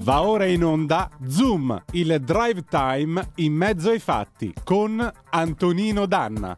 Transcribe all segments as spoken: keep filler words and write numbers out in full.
Va ora in onda Zoom, il drive time in mezzo ai fatti con Antonino Danna.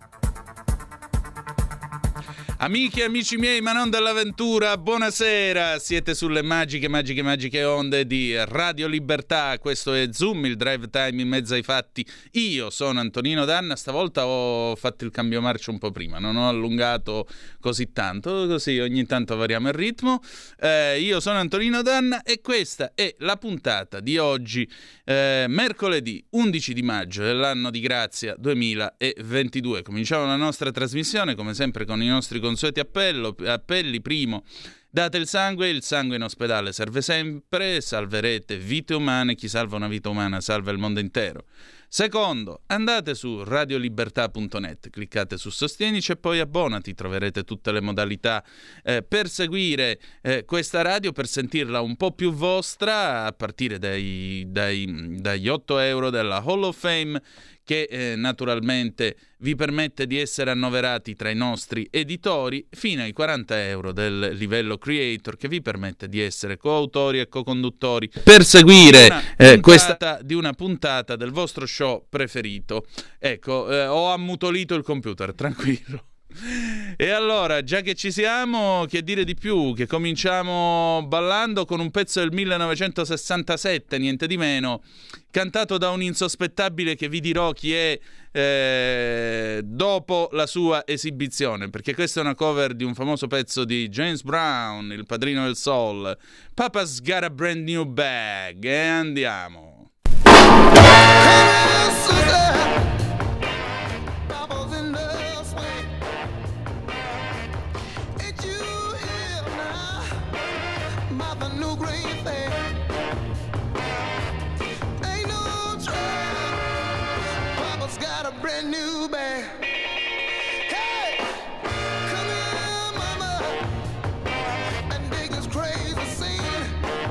Amiche e amici miei, ma non dell'avventura, buonasera, siete sulle magiche, magiche, magiche onde di Radio Libertà. Questo è Zoom, il drive time in mezzo ai fatti. Io sono Antonino Danna, stavolta ho fatto il cambio marcia un po' prima, non ho allungato così tanto, così ogni tanto variamo il ritmo. Eh, io sono Antonino Danna e questa è la puntata di oggi, eh, mercoledì undici di maggio dell'anno di grazia duemilaventidue. Cominciamo la nostra trasmissione come sempre con i nostri consueti appello, appelli. Primo, date il sangue, il sangue in ospedale serve sempre, salverete vite umane, chi salva una vita umana salva il mondo intero. Secondo, andate su radiolibertà punto net, cliccate su Sostienici e poi abbonati, troverete tutte le modalità eh, per seguire eh, questa radio, per sentirla un po' più vostra, a partire dai, dai, dagli otto euro della Hall of Fame, che eh, naturalmente vi permette di essere annoverati tra i nostri editori, fino ai quaranta euro del livello creator, che vi permette di essere coautori e co-conduttori per seguire eh, questa di una puntata del vostro show preferito. Ecco, eh, ho ammutolito il computer, tranquillo. E allora, già che ci siamo, che dire di più? Che cominciamo ballando con un pezzo del millenovecentosessantasette, niente di meno, cantato da un insospettabile che vi dirò chi è eh, dopo la sua esibizione, perché questa è una cover di un famoso pezzo di James Brown, il padrino del soul, Papa's Got a Brand New Bag. E andiamo. Brand new bag. Hey, come here, mama, and dig this crazy scene.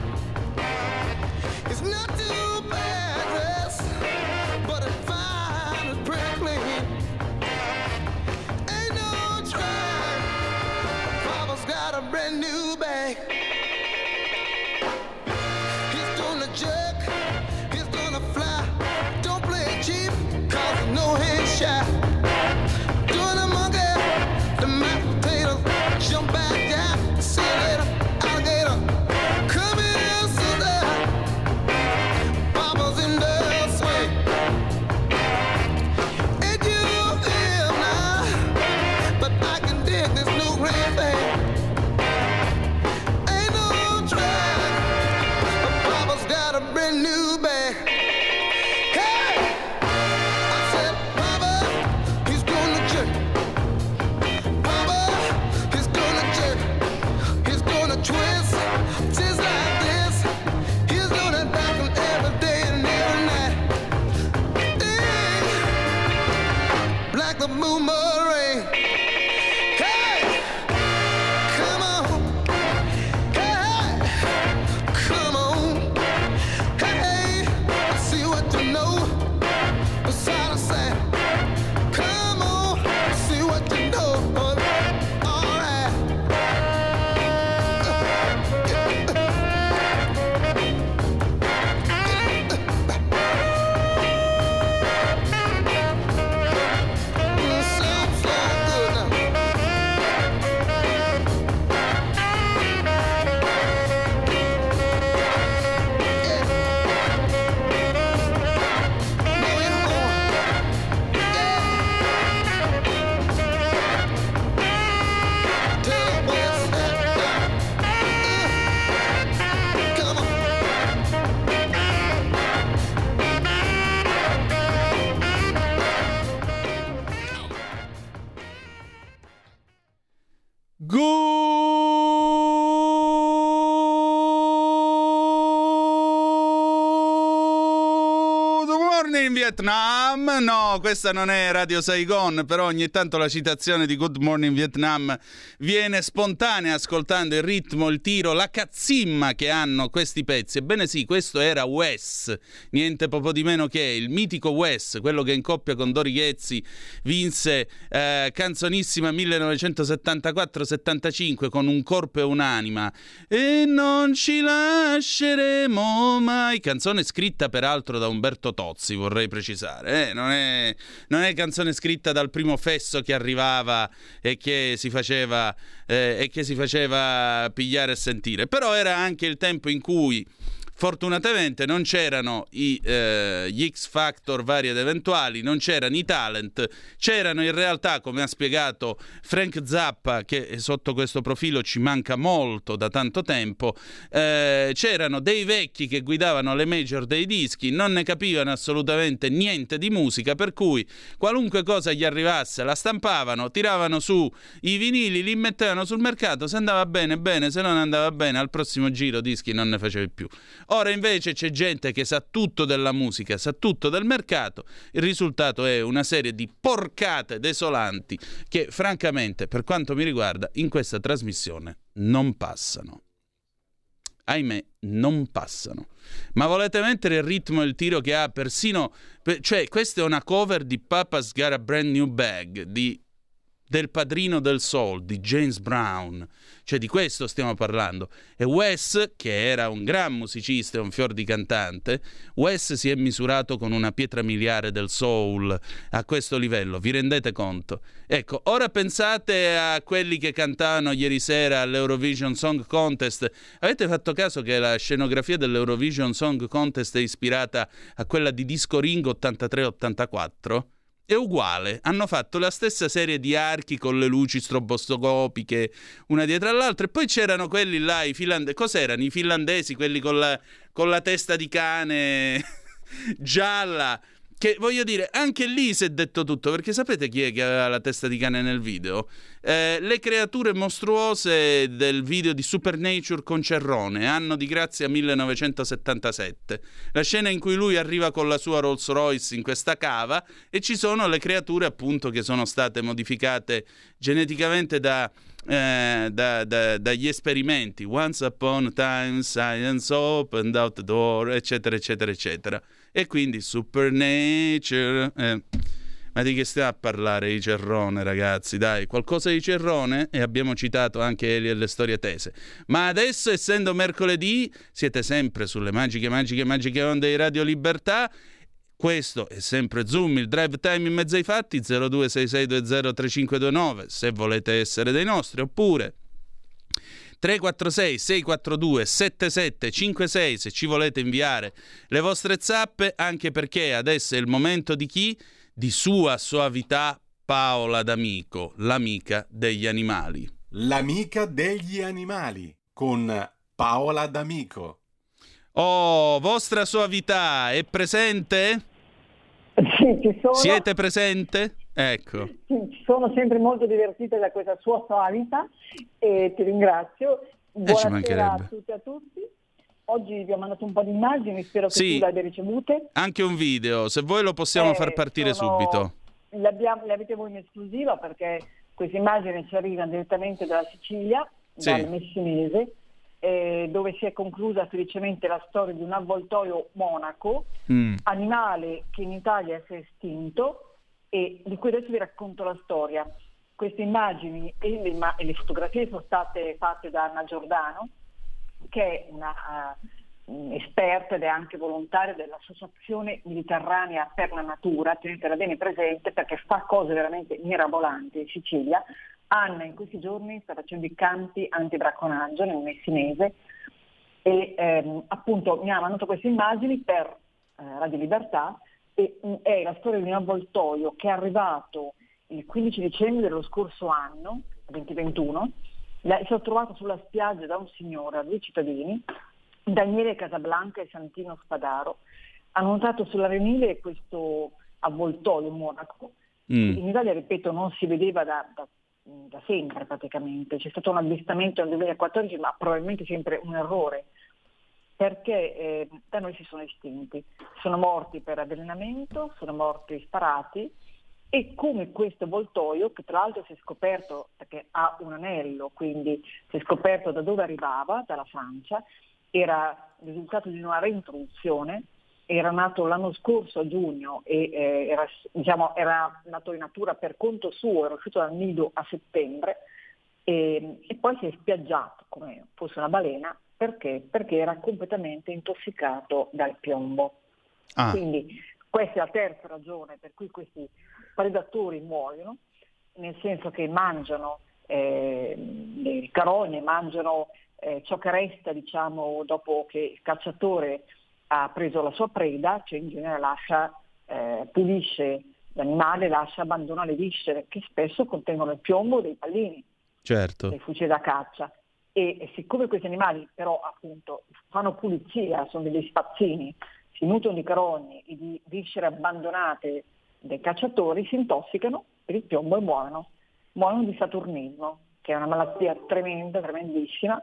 It's not too bad dress, but it's fine, it's pretty clean. Ain't no trying, Papa's got a brand new bag. He's gonna jerk, he's gonna fly. Don't play it cheap, cause no head shot. Doing a monkey, the mashed potatoes, jump back down, see you later, alligator. Come here, sister, Papa's in the swing. And you feel now, but I can dig this new green thing. Ain't no trying, but Papa's got a brand new bag. Boomerang. Hey, come on. Hey, come on. Hey, I see what you know. The side of side. Come on, I see what you know. All right. So Morning Vietnam. No, questa non è Radio Saigon, però ogni tanto la citazione di Good Morning Vietnam viene spontanea ascoltando il ritmo, il tiro, la cazzimma che hanno questi pezzi. Ebbene sì, questo era Wes, niente poco di meno che il mitico Wes, quello che in coppia con Dori Ghezzi vinse eh, canzonissima millenovecentosettantaquattro settantacinque con Un corpo e un'anima. E non ci lasceremo mai, canzone scritta peraltro da Umberto Tozzi, vorrei precisare, eh? non, è, non è canzone scritta dal primo fesso che arrivava e che si faceva eh, e che si faceva pigliare e sentire, però era anche il tempo in cui fortunatamente non c'erano i, eh, gli X Factor vari ed eventuali, non c'erano i talent, c'erano in realtà, come ha spiegato Frank Zappa, che sotto questo profilo ci manca molto da tanto tempo, eh, c'erano dei vecchi che guidavano le major dei dischi, non ne capivano assolutamente niente di musica, per cui qualunque cosa gli arrivasse la stampavano, tiravano su i vinili, li mettevano sul mercato, se andava bene bene, se non andava bene al prossimo giro dischi non ne facevi più. Ora invece c'è gente che sa tutto della musica, sa tutto del mercato, il risultato è una serie di porcate desolanti che francamente, per quanto mi riguarda, in questa trasmissione non passano. Ahimè, non passano. Ma volete mettere il ritmo e il tiro che ha persino... Cioè, questa è una cover di Papa's Got a Brand New Bag, di... del padrino del soul, di James Brown, cioè di questo stiamo parlando. E Wes, che era un gran musicista e un fior di cantante, Wes si è misurato con una pietra miliare del soul a questo livello, vi rendete conto? Ecco, ora pensate a quelli che cantavano ieri sera all'Eurovision Song Contest. Avete fatto caso che la scenografia dell'Eurovision Song Contest è ispirata a quella di Disco Ring ottantatré ottantaquattro? È uguale, hanno fatto la stessa serie di archi con le luci stroboscopiche una dietro all'altra, e poi c'erano quelli là, i finlandesi, cos'erano? I finlandesi, quelli con la, con la testa di cane gialla, che voglio dire, anche lì si è detto tutto, perché sapete chi è che aveva la testa di cane nel video? Eh, le creature mostruose del video di Supernature con Cerrone, anno di grazia millenovecentosettantasette, la scena in cui lui arriva con la sua Rolls Royce in questa cava e ci sono le creature appunto che sono state modificate geneticamente da Eh, da, da, dagli esperimenti. Once upon a time science opened out the door, eccetera eccetera eccetera, e quindi Supernature. eh. Ma di che sta a parlare di Cerrone, ragazzi? Dai, qualcosa di Cerrone, e abbiamo citato anche Eli e le storie tese. Ma adesso, essendo mercoledì, siete sempre sulle magiche magiche magiche onde di Radio Libertà. Questo è sempre Zoom, il drive time in mezzo ai fatti. Zero due sei sei due zero tre cinque due nove se volete essere dei nostri, oppure tre quattro sei sei quattro due sette sette cinque sei se ci volete inviare le vostre zappe, anche perché adesso è il momento di chi? Di Sua Soavità Paola D'Amico, l'amica degli animali. L'amica degli animali con Paola D'Amico. Oh, vostra soavità è presente? Sì, ci sono. Siete presente? Ecco. Sì, sono sempre molto divertita da questa sua soavità e ti ringrazio. Buonasera a tutti e a tutti. Oggi vi ho mandato un po' di immagini, spero che sì, tu le abbia ricevute. Anche un video, se voi lo possiamo eh, far partire sono... subito. Le, abbiamo, le avete voi in esclusiva perché queste immagini ci arrivano direttamente dalla Sicilia, sì, dal Messinese, eh, dove si è conclusa felicemente la storia di un avvoltoio monaco, mm. animale che in Italia si è estinto e di cui adesso vi racconto la storia. Queste immagini e le, e le fotografie sono state fatte da Anna Giordano, che è una uh, esperta ed è anche volontaria dell'Associazione Mediterranea per la Natura. Tenetela bene presente perché fa cose veramente mirabolanti in Sicilia. Anna in questi giorni sta facendo i campi antibracconaggio nel Messinese e ehm, appunto mi ha mandato queste immagini per eh, Radio Libertà e mh, è la storia di un avvoltoio che è arrivato il quindici dicembre dello scorso anno, duemilaventuno. È stato trovato sulla spiaggia da un signore, a due cittadini, Daniele Casablanca e Santino Spadaro. Hanno notato sull'arenile questo avvoltoio monaco. Mm. In Italia, ripeto, non si vedeva da, da, da sempre praticamente. C'è stato un avvistamento nel duemilaquattordici, ma probabilmente sempre un errore. perché eh, da noi si sono estinti, sono morti per avvelenamento, sono morti sparati, e come questo avvoltoio, che tra l'altro si è scoperto perché ha un anello, quindi si è scoperto da dove arrivava, dalla Francia, era il risultato di una reintroduzione, era nato l'anno scorso a giugno e eh, era, diciamo, era nato in natura per conto suo, era uscito dal nido a settembre e, e poi si è spiaggiato come fosse una balena. Perché? Perché era completamente intossicato dal piombo. Ah. Quindi questa è la terza ragione per cui questi predatori muoiono, nel senso che mangiano eh, le carogne, mangiano eh, ciò che resta, diciamo, dopo che il cacciatore ha preso la sua preda, cioè in genere lascia, eh, pulisce l'animale, lascia, abbandona le viscere che spesso contengono il piombo dei pallini, Certo. dei fucili da caccia. E, e siccome questi animali però appunto fanno pulizia, sono degli spazzini, si nutrono di carogne e di viscere abbandonate dai cacciatori, si intossicano per il piombo e muoiono. Muoiono di saturnismo, che è una malattia tremenda, tremendissima.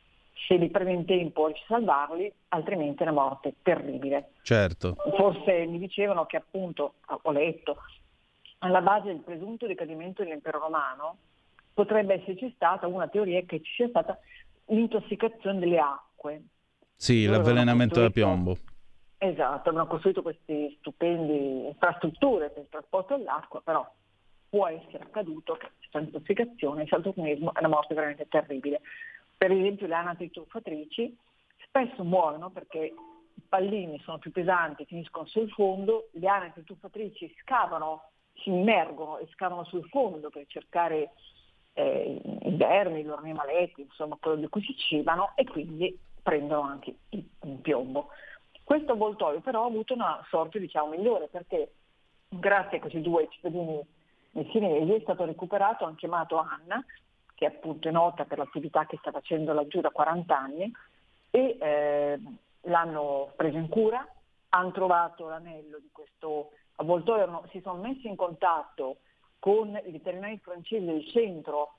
Se li prendi in tempo riesci a salvarli, altrimenti è una morte terribile. Certo. Forse mi dicevano che appunto, ho letto, alla base del presunto decadimento dell'impero romano potrebbe esserci stata una teoria che ci sia stata l'intossicazione delle acque. Sì, Loro l'avvelenamento da costruito... piombo. Esatto, abbiamo costruito queste stupendi infrastrutture per il trasporto dell'acqua, però può essere accaduto che c'è intossicazione, il saturnismo è una morte veramente terribile. Per esempio le anatre tuffatrici spesso muoiono perché i pallini sono più pesanti, finiscono sul fondo, le anatre tuffatrici scavano, si immergono e scavano sul fondo per cercare eh, i vermi, gli animaletti, insomma quello di cui si cibano, e quindi prendono anche il, il piombo. Questo avvoltoio però ha avuto una sorte, diciamo, migliore, perché grazie a questi due cittadini messinesi è stato recuperato, hanno chiamato Anna, che appunto è nota per l'attività che sta facendo laggiù da quaranta anni, e eh, l'hanno preso in cura, hanno trovato l'anello di questo avvoltoio, si sono messi in contatto con i veterinari francesi del centro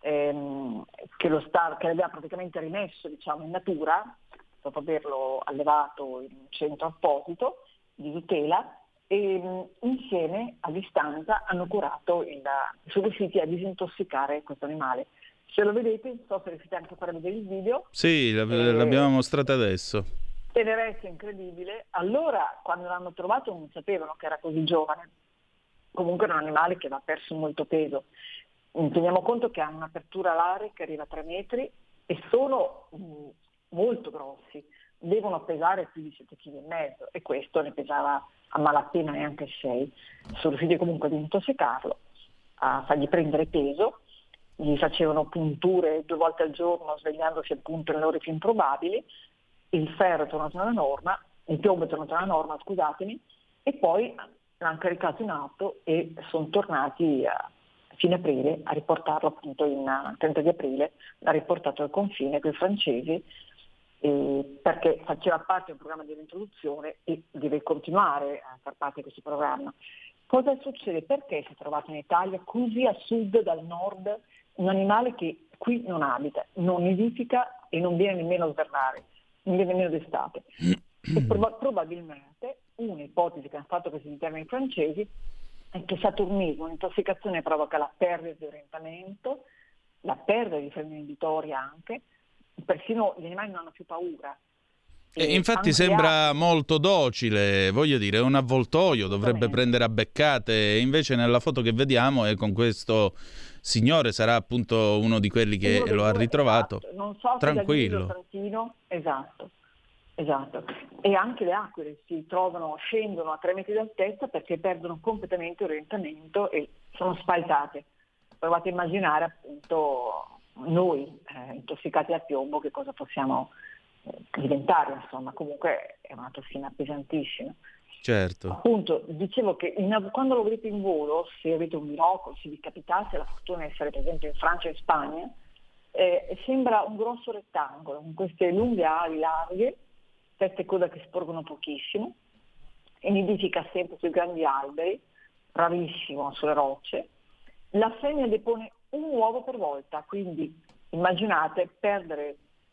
ehm, che lo sta, che l'aveva praticamente rimesso, diciamo, in natura, dopo averlo allevato in un centro apposito di tutela, e mh, insieme a distanza hanno curato il, sono riusciti a disintossicare questo animale. Se lo vedete, so se riuscite anche a fare vedere il video. Sì, eh, l'abbiamo mostrata adesso. Tenerezza incredibile. Allora, quando l'hanno trovato non sapevano che era così giovane. Comunque è un animale che aveva perso molto peso. Teniamo conto che hanno un'apertura alare che arriva a tre metri e sono mh, molto grossi, devono pesare più di sette virgola cinque chili e questo ne pesava a malapena neanche sei. Sono riusciti comunque ad intossicarlo, a fargli prendere peso, gli facevano punture due volte al giorno svegliandosi appunto nelle ore più improbabili, il ferro è tornato alla norma, il piombo è tornato alla norma, scusatemi, e poi l'hanno caricato in auto e sono tornati a fine aprile a riportarlo appunto in trenta di aprile, l'ha riportato al confine con i francesi, eh, perché faceva parte di un programma di reintroduzione e deve continuare a far parte di questo programma. Cosa succede? Perché si è trovato in Italia così a sud dal nord un animale che qui non abita, non nidifica e non viene nemmeno a svernare, non viene nemmeno d'estate? E prob- probabilmente un'ipotesi che hanno fatto questi interni francesi è che saturnismo, l'intossicazione provoca la perdita di orientamento, la perdita di freni inibitori anche, persino gli animali non hanno più paura. E e infatti sembra altri... molto docile, voglio dire, è un avvoltoio, dovrebbe prendere a beccate, e invece nella foto che vediamo è con questo signore, sarà appunto uno di quelli che lo ha ritrovato, esatto. Non so tranquillo. Trentino, esatto, esatto. E anche le aquile si trovano, scendono a tre metri d'altezza perché perdono completamente orientamento e sono spaltate. Provate a immaginare appunto noi eh, intossicati al piombo che cosa possiamo diventare, insomma, comunque è una tossina pesantissima. Certo. Appunto, dicevo che in, quando lo vedete in volo, se avete un binocolo, se vi capitasse la fortuna di essere per esempio in Francia e in Spagna, eh, sembra un grosso rettangolo, con queste lunghe ali larghe, teste e coda che sporgono pochissimo, e nidifica sempre sui grandi alberi, rarissimo sulle rocce. La femmina depone un uovo per volta, quindi immaginate perdere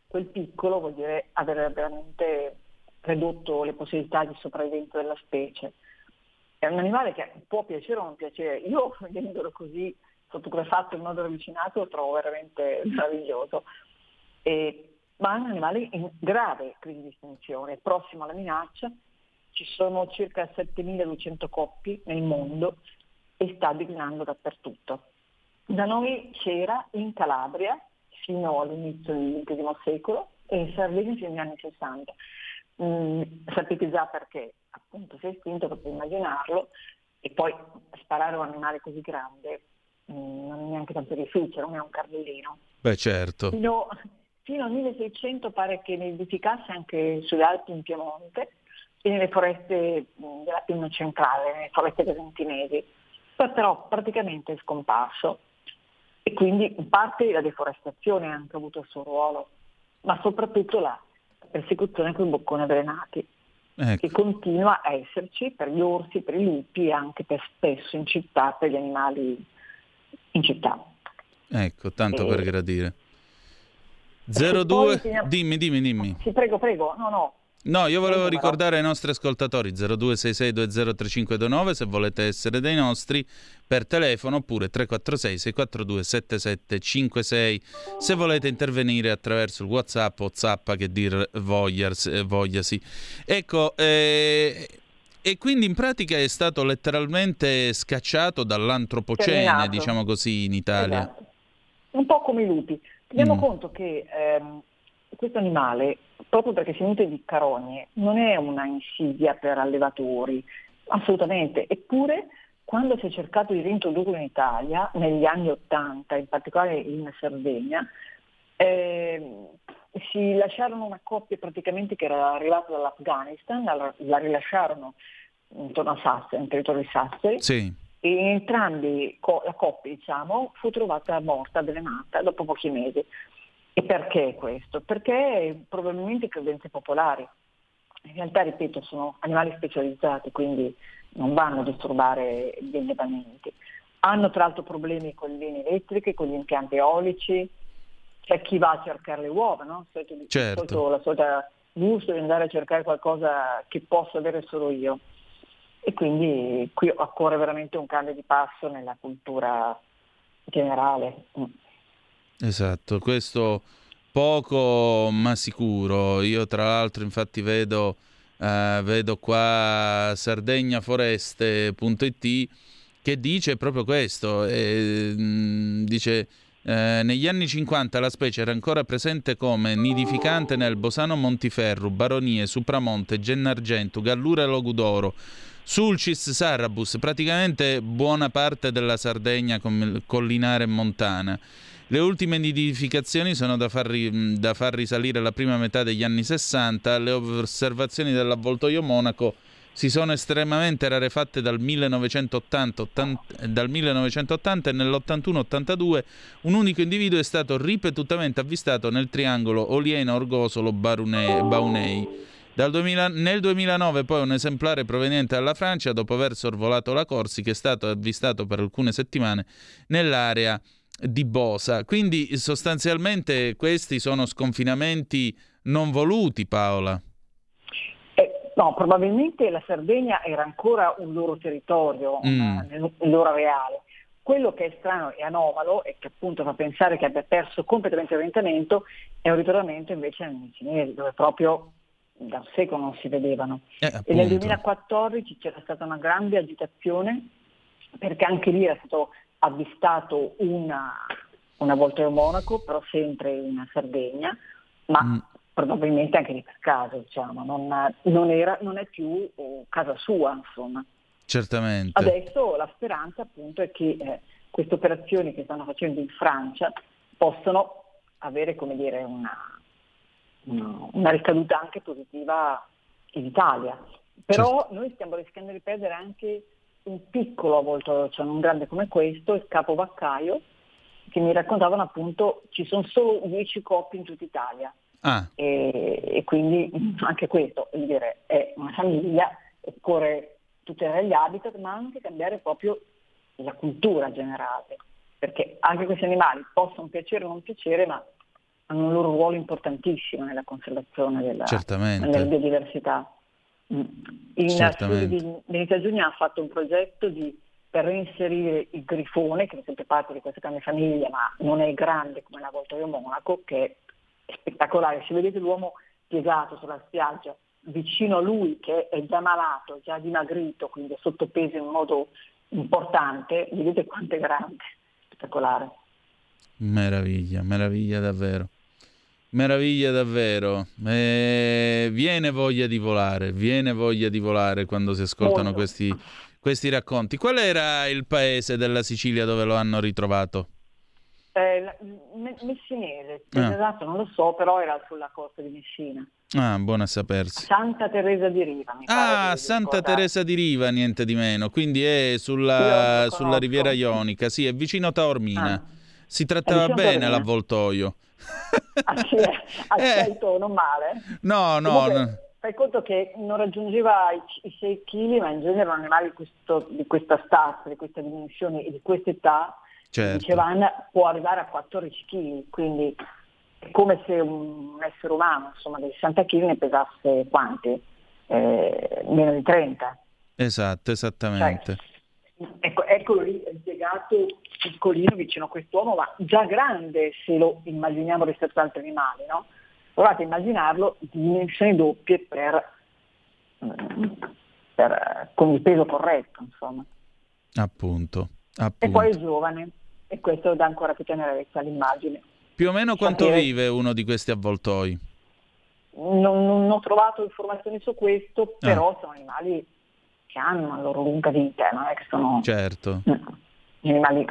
quel piccolo vuol dire aver veramente ridotto le possibilità di sopravvivenza della specie. È un animale che può piacere o non piacere. Io, vedendolo così fotografato in modo ravvicinato, lo trovo veramente meraviglioso. E, ma è un animale in grave crisi di estinzione, prossimo alla minaccia. Ci sono circa settemiladuecento coppie nel mondo e sta declinando dappertutto. Da noi c'era in Calabria fino all'inizio del ventesimo secolo e in Sardegna fino agli anni sessanta. Mm, sapete già perché appunto si è estinto, potete immaginarlo, e poi sparare a un animale così grande mm, non è neanche tanto difficile, non è un cardellino. Beh, certo. Fino, fino al milleseicento pare che nidificasse anche sulle Alpi in Piemonte e nelle foreste mh, dell'Appennino centrale, nelle foreste pesantinesi. Poi però praticamente è scomparso e quindi in parte la deforestazione ha anche avuto il suo ruolo, ma soprattutto la persecuzione con i bocconi avvelenati, ecco, che continua a esserci per gli orsi, per i lupi e anche per spesso in città per gli animali in città. Ecco, tanto e... per gradire. zero due Finiamo... Dimmi, dimmi, dimmi. Sì, prego, prego. No, no. No, io volevo ricordare ai nostri ascoltatori zero due sei sei due zero tre cinque due nove se volete essere dei nostri per telefono, oppure tre quattro sei sei quattro due sette sette cinque sei se volete intervenire attraverso il WhatsApp o Zappa, che dir vogliasi, vogliasi. Ecco, eh, e quindi in pratica è stato letteralmente scacciato dall'antropocene, Terminato. diciamo così, in Italia. Esatto. Un po' come i lupi. Teniamo Mm. conto che ehm, questo animale, proprio perché si nutre di carogne, non è una insidia per allevatori, assolutamente. Eppure, quando si è cercato di reintrodurlo in Italia, negli anni Ottanta, in particolare in Sardegna, eh, si lasciarono una coppia praticamente che era arrivata dall'Afghanistan, la, la rilasciarono intorno a Sassari, in territorio di Sassari, Sì. e in entrambi co- la coppia, diciamo, fu trovata morta, avvelenata dopo pochi mesi. E perché questo? Perché probabilmente credenze popolari. In realtà, ripeto, sono animali specializzati, quindi non vanno a disturbare gli allevamenti. Hanno tra l'altro problemi con le linee elettriche, con gli impianti eolici. C'è chi va a cercare le uova, no? Il solito, Certo. il solito, la solita gusto di andare a cercare qualcosa che posso avere solo io. E quindi qui occorre veramente un cambio di passo nella cultura generale. Mm. Esatto, questo poco ma sicuro. Io tra l'altro infatti vedo, eh, vedo qua sardegnaforeste punto it che dice proprio questo, eh, mh, dice eh, negli anni cinquanta la specie era ancora presente come nidificante nel Bosano Montiferru, Baronie, Supramonte, Gennargentu, Gallura e Logudoro, Sulcis Sarrabus, praticamente buona parte della Sardegna collinare e montana. Le ultime nidificazioni sono da far, ri, da far risalire alla prima metà degli anni sessanta. Le osservazioni dell'avvoltoio monaco si sono estremamente rarefatte dal millenovecentottanta, ottanta, dal millenovecentottanta e nell'ottantuno ottantadue un unico individuo è stato ripetutamente avvistato nel triangolo Oliena-Orgosolo-Baunei. Dal duemila, nel duemilanove poi un esemplare proveniente dalla Francia, dopo aver sorvolato la Corsica, è stato avvistato per alcune settimane nell'area di Bosa. Quindi sostanzialmente questi sono sconfinamenti non voluti, Paola. Eh, no, probabilmente la Sardegna era ancora un loro territorio, Mm. una, un loro areale. Quello che è strano e anomalo e che appunto fa pensare che abbia perso completamente l'orientamento è un ritrovamento invece nei cinesi, dove proprio da un secolo non si vedevano. Eh, e nel duemilaquattordici c'era stata una grande agitazione perché anche lì era stato avvistato una, una avvoltoio monaco, però sempre in Sardegna, ma Mm. probabilmente anche lì per caso, diciamo, non, non, era, non è più uh, casa sua, insomma. Certamente. Adesso la speranza appunto è che eh, queste operazioni che stanno facendo in Francia possano avere, come dire, una, una, una ricaduta anche positiva in Italia. Però Certo. noi stiamo rischiando di perdere anche un piccolo avvoltoio, cioè un grande come questo, il Capo Vaccaio, che mi raccontavano appunto ci sono solo dieci coppie in tutta Italia. Ah. E, e quindi anche questo, voglio dire, è una famiglia, occorre tutelare gli habitat, ma anche cambiare proprio la cultura generale, perché anche questi animali possono piacere o non piacere, ma hanno un loro ruolo importantissimo nella conservazione della, Certamente. della biodiversità. In Certamente. Studi Benita Giugna ha fatto un progetto di, per reinserire il grifone, che è sempre parte di questa grande famiglia, ma non è grande come l'avvoltoio monaco, che è spettacolare. Se vedete l'uomo piegato sulla spiaggia, vicino a lui che è già malato, già dimagrito, quindi è sottopeso in modo importante, vedete quanto è grande, spettacolare. Meraviglia, meraviglia davvero. Meraviglia davvero. Eh, viene voglia di volare, viene voglia di volare quando si ascoltano questi, questi racconti. Qual era il paese della Sicilia dove lo hanno ritrovato? Eh, Messinese, Ah. esatto, non lo so, però era sulla costa di Messina. Ah, buona a sapersi. Santa Teresa di Riva, mi pare Ah, di Santa ricordare. Teresa di Riva, niente di meno. Quindi è Io sulla, lo sulla conosco. Riviera Ionica, sì, è vicino a Taormina. Ah. Si trattava È vicino a bene Taormina? l'avvoltoio. Ah, sì, Eh, accetto, non male. No, no, Comunque, no. fai conto che non raggiungeva i, i sei chili, ma in genere erano animali di, questo, di questa stazza, di questa dimensione e di questa età. Certo. Diceva Anna, può arrivare a quattordici chili, quindi è come se un essere umano, insomma, di sessanta chili ne pesasse quanti? Eh, meno di trenta. Esatto, esattamente. Cioè, ecco, eccolo lì, impiegato piccolino vicino a quest'uomo, ma già grande se lo immaginiamo rispetto ad altri animali, no? Provate a immaginarlo di dimensioni doppie per, per, con il peso corretto, insomma. Appunto, appunto. E poi è giovane, e questo dà ancora più tenerezza all'immagine. Più o meno quanto Sapere- vive uno di questi avvoltoi? Non, non ho trovato informazioni su questo, però sono animali che hanno una loro lunga vita, non è che sono Certo. gli animali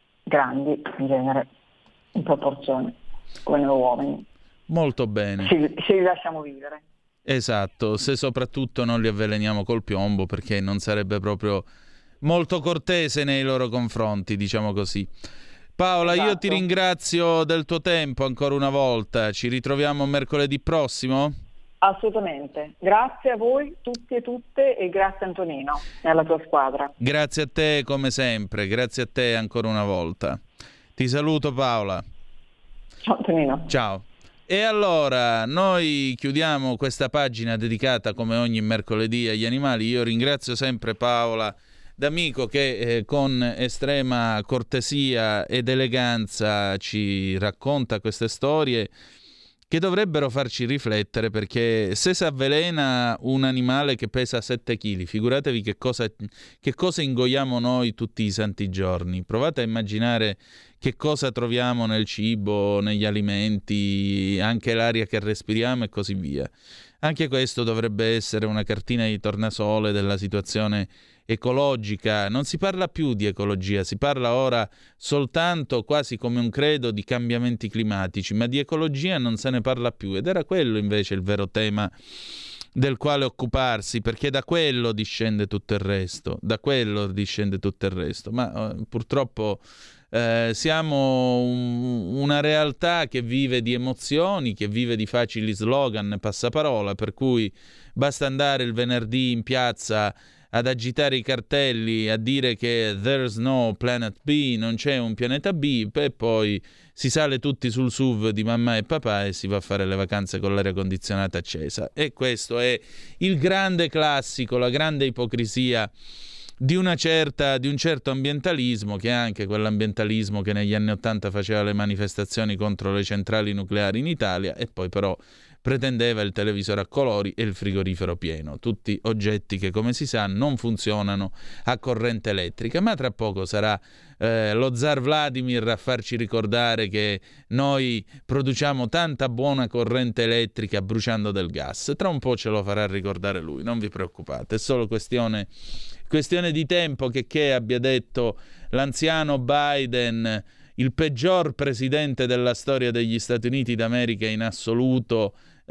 grandi in genere, in proporzione, come noi uomini. Molto bene. Se, se li lasciamo vivere. Esatto, se soprattutto non li avveleniamo col piombo, perché non sarebbe proprio molto cortese nei loro confronti, diciamo così. Paola, io Esatto. ti ringrazio del tuo tempo ancora una volta. Ci ritroviamo mercoledì prossimo? Assolutamente. Grazie a voi tutti e tutte e grazie Antonino e alla tua squadra. Grazie a te come sempre, grazie a te ancora una volta. Ti saluto Paola. Ciao Antonino. Ciao. E allora, noi chiudiamo questa pagina dedicata come ogni mercoledì agli animali. Io ringrazio sempre Paola D'Amico che eh, con estrema cortesia ed eleganza ci racconta queste storie che dovrebbero farci riflettere, perché se si avvelena un animale che pesa sette chili, figuratevi che cosa, che cosa ingoiamo noi tutti i santi giorni. Provate a immaginare che cosa troviamo nel cibo, negli alimenti, anche l'aria che respiriamo e così via. Anche questo dovrebbe essere una cartina di tornasole della situazione ecologica. Non si parla più di ecologia, si parla ora soltanto, quasi come un credo, di cambiamenti climatici, ma di ecologia non se ne parla più, ed era quello invece il vero tema del quale occuparsi, perché da quello discende tutto il resto, da quello discende tutto il resto, ma eh, purtroppo eh, siamo un, una realtà che vive di emozioni, che vive di facili slogan e passaparola, per cui basta andare il venerdì in piazza ad agitare i cartelli, a dire che there's no planet B, non c'è un pianeta B, e poi si sale tutti sul S U V di mamma e papà e si va a fare le vacanze con l'aria condizionata accesa. E questo è il grande classico, la grande ipocrisia di una certa, di un certo ambientalismo, che è anche quell'ambientalismo che negli anni Ottanta faceva le manifestazioni contro le centrali nucleari in Italia e poi però pretendeva il televisore a colori e il frigorifero pieno, tutti oggetti che, come si sa, non funzionano a corrente elettrica. Ma tra poco sarà eh, lo zar Vladimir a farci ricordare che noi produciamo tanta buona corrente elettrica bruciando del gas. Tra un po' ce lo farà ricordare lui, non vi preoccupate, è solo questione, questione di tempo che, che abbia detto l'anziano Biden, il peggior presidente della storia degli Stati Uniti d'America in assoluto, eh,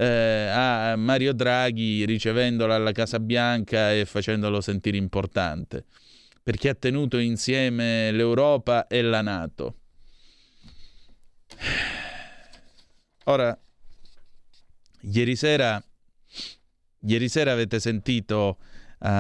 a Mario Draghi, ricevendolo alla Casa Bianca e facendolo sentire importante, perché ha tenuto insieme l'Europa e la NATO. Ora, ieri sera, ieri sera avete sentito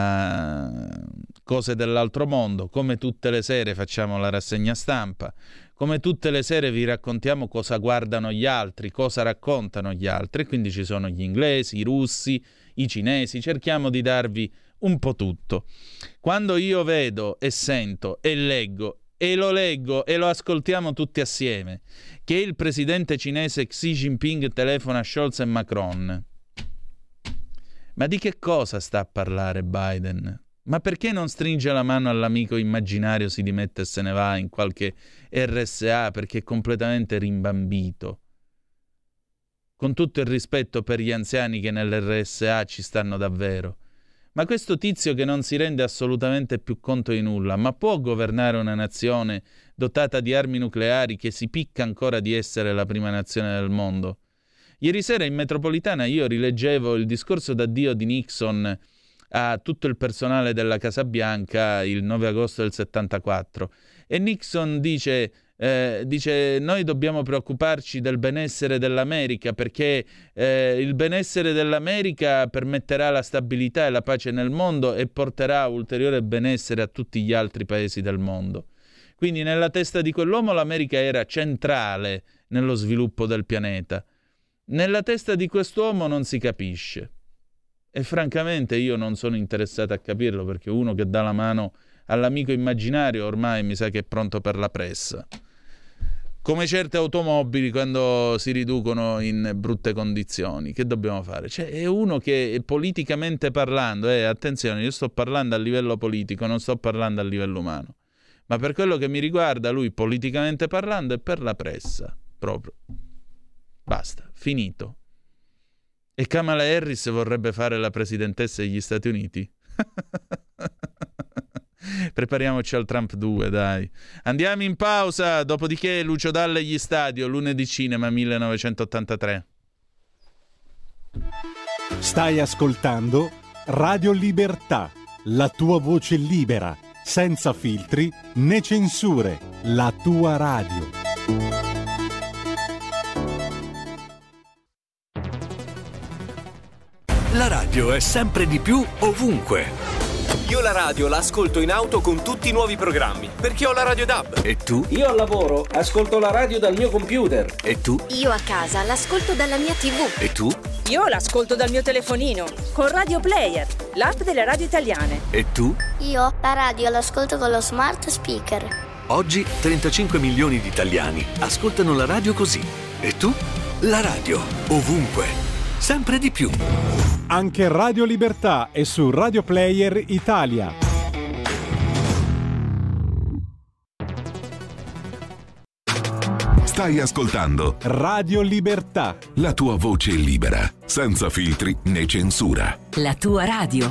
uh, cose dell'altro mondo. Come tutte le sere facciamo la rassegna stampa. come tutte le sere vi raccontiamo cosa guardano gli altri, cosa raccontano gli altri, quindi ci sono gli inglesi, i russi, i cinesi, cerchiamo di darvi un po' tutto. Quando io vedo e sento e leggo, e lo leggo e lo ascoltiamo tutti assieme, che il presidente cinese Xi Jinping telefona a Scholz e Macron, ma di che cosa sta a parlare Biden? Ma perché non stringe la mano all'amico immaginario, si dimette e se ne va in qualche R S A perché è completamente rimbambito? Con tutto il rispetto per gli anziani che nell'R S A ci stanno davvero. Ma questo tizio che non si rende assolutamente più conto di nulla, ma può governare una nazione dotata di armi nucleari che si picca ancora di essere la prima nazione del mondo? Ieri sera in metropolitana io rileggevo il discorso d'addio di Nixon a tutto il personale della Casa Bianca il nove agosto del settantaquattro e Nixon dice... Eh, dice noi dobbiamo preoccuparci del benessere dell'America perché eh, il benessere dell'America permetterà la stabilità e la pace nel mondo e porterà ulteriore benessere a tutti gli altri paesi del mondo. Quindi nella testa di quell'uomo l'America era centrale nello sviluppo del pianeta. Nella testa di quest'uomo non si capisce e francamente io non sono interessato a capirlo, perché uno che dà la mano all'amico immaginario ormai mi sa che è pronto per la pressa. Come certe automobili quando si riducono in brutte condizioni. Che dobbiamo fare? Cioè, è uno che politicamente parlando, eh, attenzione, io sto parlando a livello politico, non sto parlando a livello umano. Ma per quello che mi riguarda, lui politicamente parlando è per la pressa, proprio. Basta, finito. E Kamala Harris vorrebbe fare la presidentessa degli Stati Uniti? Prepariamoci al Trump due, dai. Andiamo in pausa, dopodiché Lucio Dalla e gli Stadio, lunedì cinema millenovecentottantatré. Stai ascoltando Radio Libertà, la tua voce libera, senza filtri né censure, la tua radio. La radio è sempre di più ovunque. Io la radio la ascolto in auto con tutti i nuovi programmi, perché ho la Radio D A B. E tu? Io al lavoro ascolto la radio dal mio computer. E tu? Io a casa l'ascolto dalla mia tivù. E tu? Io l'ascolto dal mio telefonino, con Radio Player, l'app delle radio italiane. E tu? Io la radio l'ascolto con lo smart speaker. Oggi trentacinque milioni di italiani ascoltano la radio così. E tu? La radio, ovunque, sempre di più. Anche Radio Libertà è su Radio Player Italia. Stai ascoltando Radio Libertà, la tua voce libera, senza filtri né censura. La tua radio.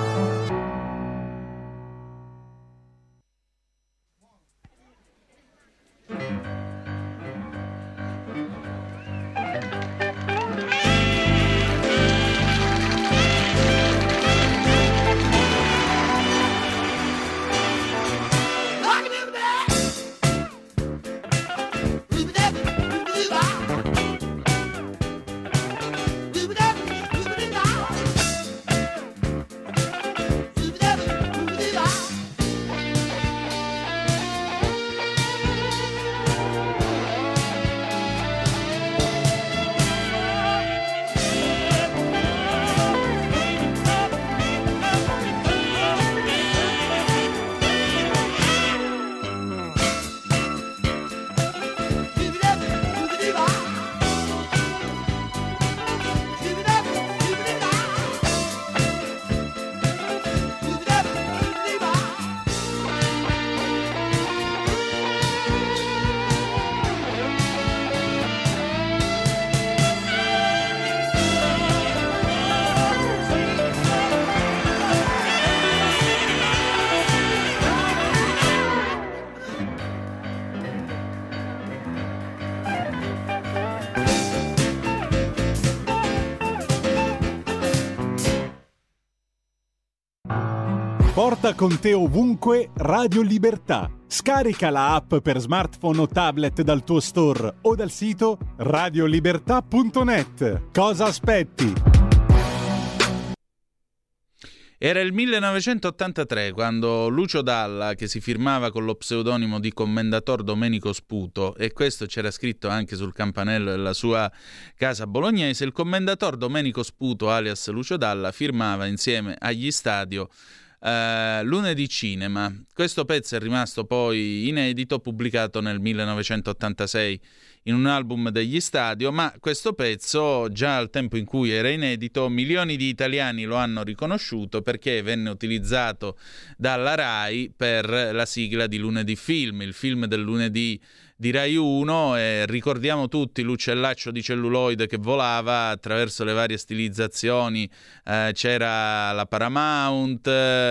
Porta con te ovunque Radio Libertà. Scarica la app per smartphone o tablet dal tuo store o dal sito radiolibertà punto net. Cosa aspetti? Era il millenovecentottantatré quando Lucio Dalla, che si firmava con lo pseudonimo di Commendator Domenico Sputo, e questo c'era scritto anche sul campanello della sua casa bolognese, il Commendator Domenico Sputo alias Lucio Dalla firmava insieme agli Stadio Uh, Lunedì Cinema. Questo pezzo è rimasto poi inedito, pubblicato nel millenovecentottantasei in un album degli Stadio, ma questo pezzo, già al tempo in cui era inedito, milioni di italiani lo hanno riconosciuto perché venne utilizzato dalla Rai per la sigla di Lunedì Film, il film del lunedì di Rai uno, e ricordiamo tutti l'uccellaccio di celluloide che volava attraverso le varie stilizzazioni, eh, c'era la Paramount,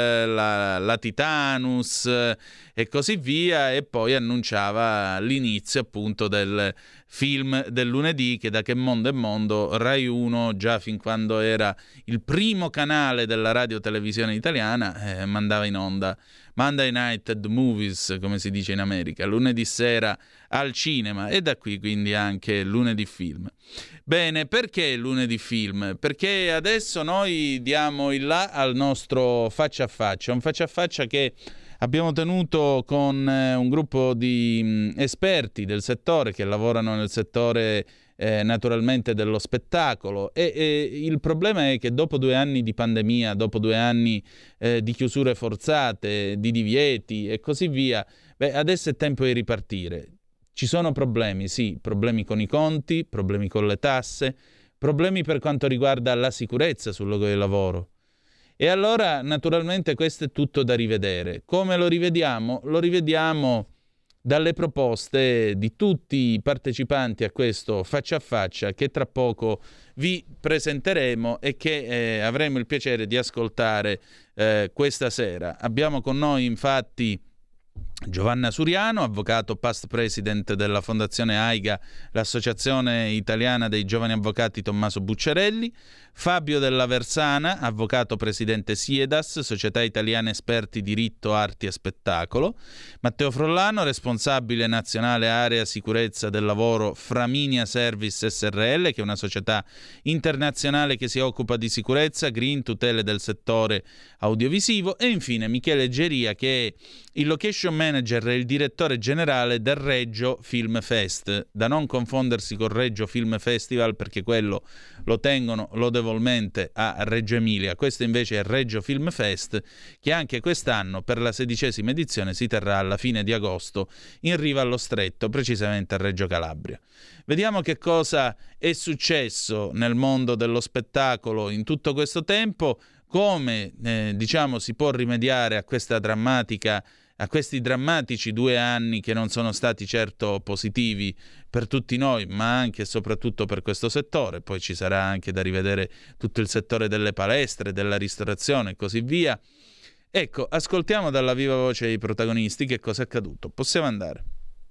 la, la Titanus eh, e così via, e poi annunciava l'inizio appunto del film del lunedì, che da che mondo è mondo Rai uno, già fin quando era il primo canale della radio-televisione italiana, eh, mandava in onda Monday Night at the Movies, come si dice in America, lunedì sera al cinema, e da qui quindi anche Lunedì Film. Bene, perché Lunedì Film? Perché adesso noi diamo il là al nostro faccia a faccia, un faccia a faccia che abbiamo tenuto con eh, un gruppo di mh, esperti del settore che lavorano nel settore eh, naturalmente dello spettacolo, e, e il problema è che dopo due anni di pandemia, dopo due anni eh, di chiusure forzate, di divieti e così via, beh, adesso è tempo di ripartire. Ci sono problemi, sì, problemi con i conti, problemi con le tasse, problemi per quanto riguarda la sicurezza sul luogo di lavoro. E allora, naturalmente, questo è tutto da rivedere. Come lo rivediamo? Lo rivediamo dalle proposte di tutti i partecipanti a questo faccia a faccia che tra poco vi presenteremo e che eh, avremo il piacere di ascoltare eh, questa sera. Abbiamo con noi infatti Giovanna Suriano, avvocato past president della Fondazione AIGA, l'Associazione Italiana dei Giovani Avvocati Tommaso Bucciarelli, Fabio Della Versana, avvocato presidente SIEDAS, Società Italiana Esperti Diritto, Arti e Spettacolo, Matteo Frollano, responsabile nazionale area sicurezza del lavoro Framinia Service S R L, che è una società internazionale che si occupa di sicurezza, green, tutele del settore audiovisivo, e infine Michele Geria, che è il location manager e il direttore generale del Reggio Film Fest, da non confondersi con Reggio Film Festival, perché quello lo tengono lodevolmente a Reggio Emilia. Questo invece è Reggio Film Fest, che anche quest'anno per la sedicesima edizione si terrà alla fine di agosto in riva allo Stretto, precisamente a Reggio Calabria. Vediamo che cosa è successo nel mondo dello spettacolo in tutto questo tempo, come eh, diciamo si può rimediare a questa drammatica a questi drammatici due anni che non sono stati certo positivi per tutti noi, ma anche e soprattutto per questo settore. Poi ci sarà anche da rivedere tutto il settore delle palestre, della ristorazione e così via. Ecco, ascoltiamo dalla viva voce i protagonisti che cosa è accaduto. Possiamo andare.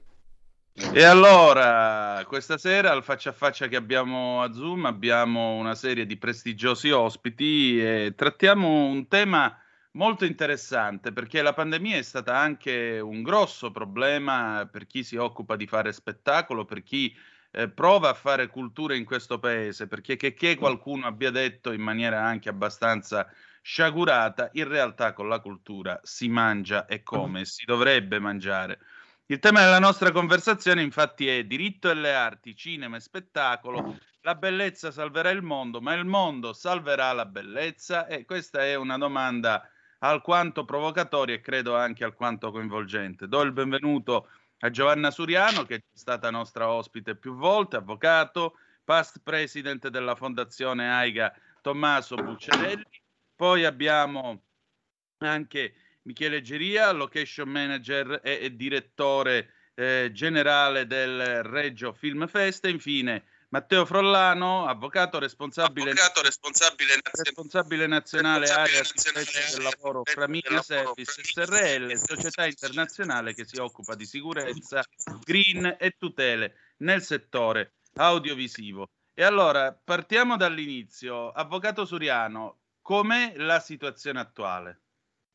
E allora, questa sera al faccia a faccia che abbiamo a Zoom abbiamo una serie di prestigiosi ospiti e trattiamo un tema molto interessante, perché la pandemia è stata anche un grosso problema per chi si occupa di fare spettacolo, per chi eh, prova a fare cultura in questo paese, perché che, che qualcuno abbia detto in maniera anche abbastanza sciagurata, in realtà con la cultura si mangia e come, si dovrebbe mangiare. Il tema della nostra conversazione infatti è diritto e le arti, cinema e spettacolo. La bellezza salverà il mondo, ma il mondo salverà la bellezza? E questa è una domanda alquanto provocatoria e credo anche alquanto coinvolgente. Do il benvenuto a Giovanna Suriano, che è stata nostra ospite più volte, avvocato, past president della Fondazione AIGA Tommaso Bucciarelli. Poi abbiamo anche Michele Geria, location manager e, e direttore eh, generale del Reggio Film Fest, e infine Matteo Frollano, avvocato responsabile, avvocato, responsabile, nazionale, responsabile nazionale area sicurezza del lavoro Framinia Service S R L, società internazionale che si occupa di sicurezza, green e tutele nel settore audiovisivo. E allora partiamo dall'inizio. Avvocato Suriano, com'è la situazione attuale?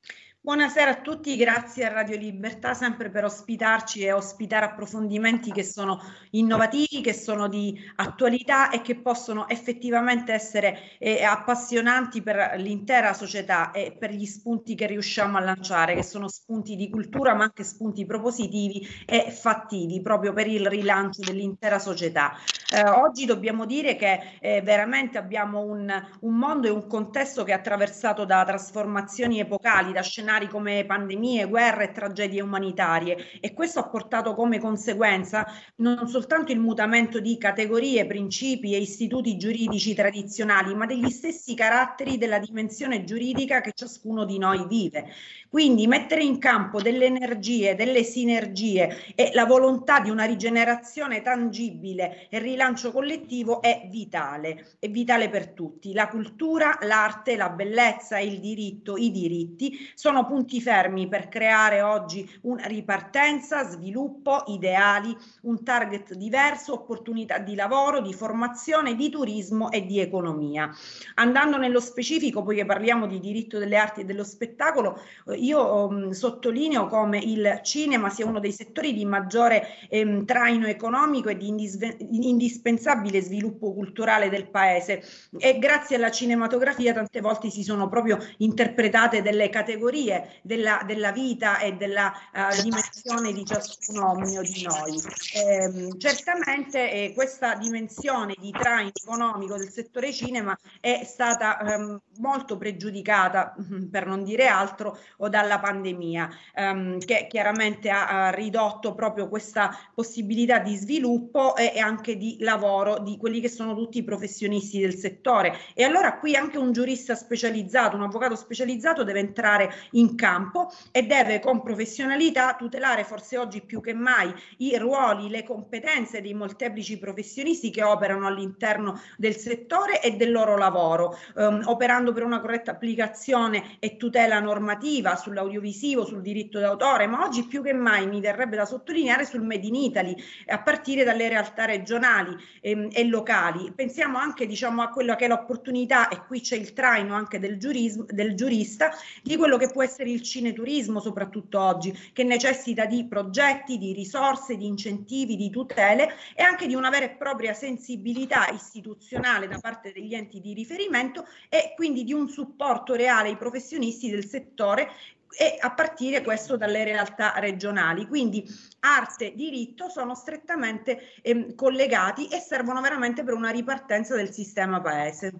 Buonasera a tutti, grazie a Radio Libertà sempre per ospitarci e ospitare approfondimenti che sono innovativi, che sono di attualità e che possono effettivamente essere eh, appassionanti per l'intera società e per gli spunti che riusciamo a lanciare, che sono spunti di cultura ma anche spunti propositivi e fattivi proprio per il rilancio dell'intera società. Eh, oggi dobbiamo dire che eh, veramente abbiamo un, un mondo e un contesto che è attraversato da trasformazioni epocali, da scenari come pandemie, guerre e tragedie umanitarie, e questo ha portato come conseguenza non soltanto il mutamento di categorie, principi e istituti giuridici tradizionali, ma degli stessi caratteri della dimensione giuridica che ciascuno di noi vive. Quindi mettere in campo delle energie, delle sinergie e la volontà di una rigenerazione tangibile e rilancio collettivo è vitale, è vitale per tutti. La cultura, l'arte, la bellezza, il diritto, i diritti sono punti fermi per creare oggi una ripartenza, sviluppo, ideali, un target diverso, opportunità di lavoro, di formazione, di turismo e di economia. Andando nello specifico, poiché parliamo di diritto delle arti e dello spettacolo, io um, sottolineo come il cinema sia uno dei settori di maggiore ehm, traino economico e di indis- indispensabile sviluppo culturale del paese, e grazie alla cinematografia tante volte si sono proprio interpretate delle categorie della, della vita e della uh, dimensione di ciascuno di noi. Eh, certamente eh, questa dimensione di traino economico del settore cinema è stata um, molto pregiudicata, per non dire altro, o dalla pandemia, um, che chiaramente ha, ha ridotto proprio questa possibilità di sviluppo e, e anche di lavoro di quelli che sono tutti i professionisti del settore. E allora qui anche un giurista specializzato, un avvocato specializzato deve entrare in campo e deve con professionalità tutelare, forse oggi più che mai, i ruoli, le competenze dei molteplici professionisti che operano all'interno del settore e del loro lavoro, um, operando per una corretta applicazione e tutela normativa sull'audiovisivo, sul diritto d'autore, ma oggi più che mai mi verrebbe da sottolineare sul Made in Italy, a partire dalle realtà regionali ehm, e locali. Pensiamo anche, diciamo, a quello che è l'opportunità, e qui c'è il traino anche del, giurismo, del giurista, di quello che può essere il cineturismo, soprattutto oggi, che necessita di progetti, di risorse, di incentivi, di tutele e anche di una vera e propria sensibilità istituzionale da parte degli enti di riferimento, e quindi di un supporto reale ai professionisti del settore, e a partire questo dalle realtà regionali. Quindi arte e diritto sono strettamente ehm, collegati e servono veramente per una ripartenza del sistema paese.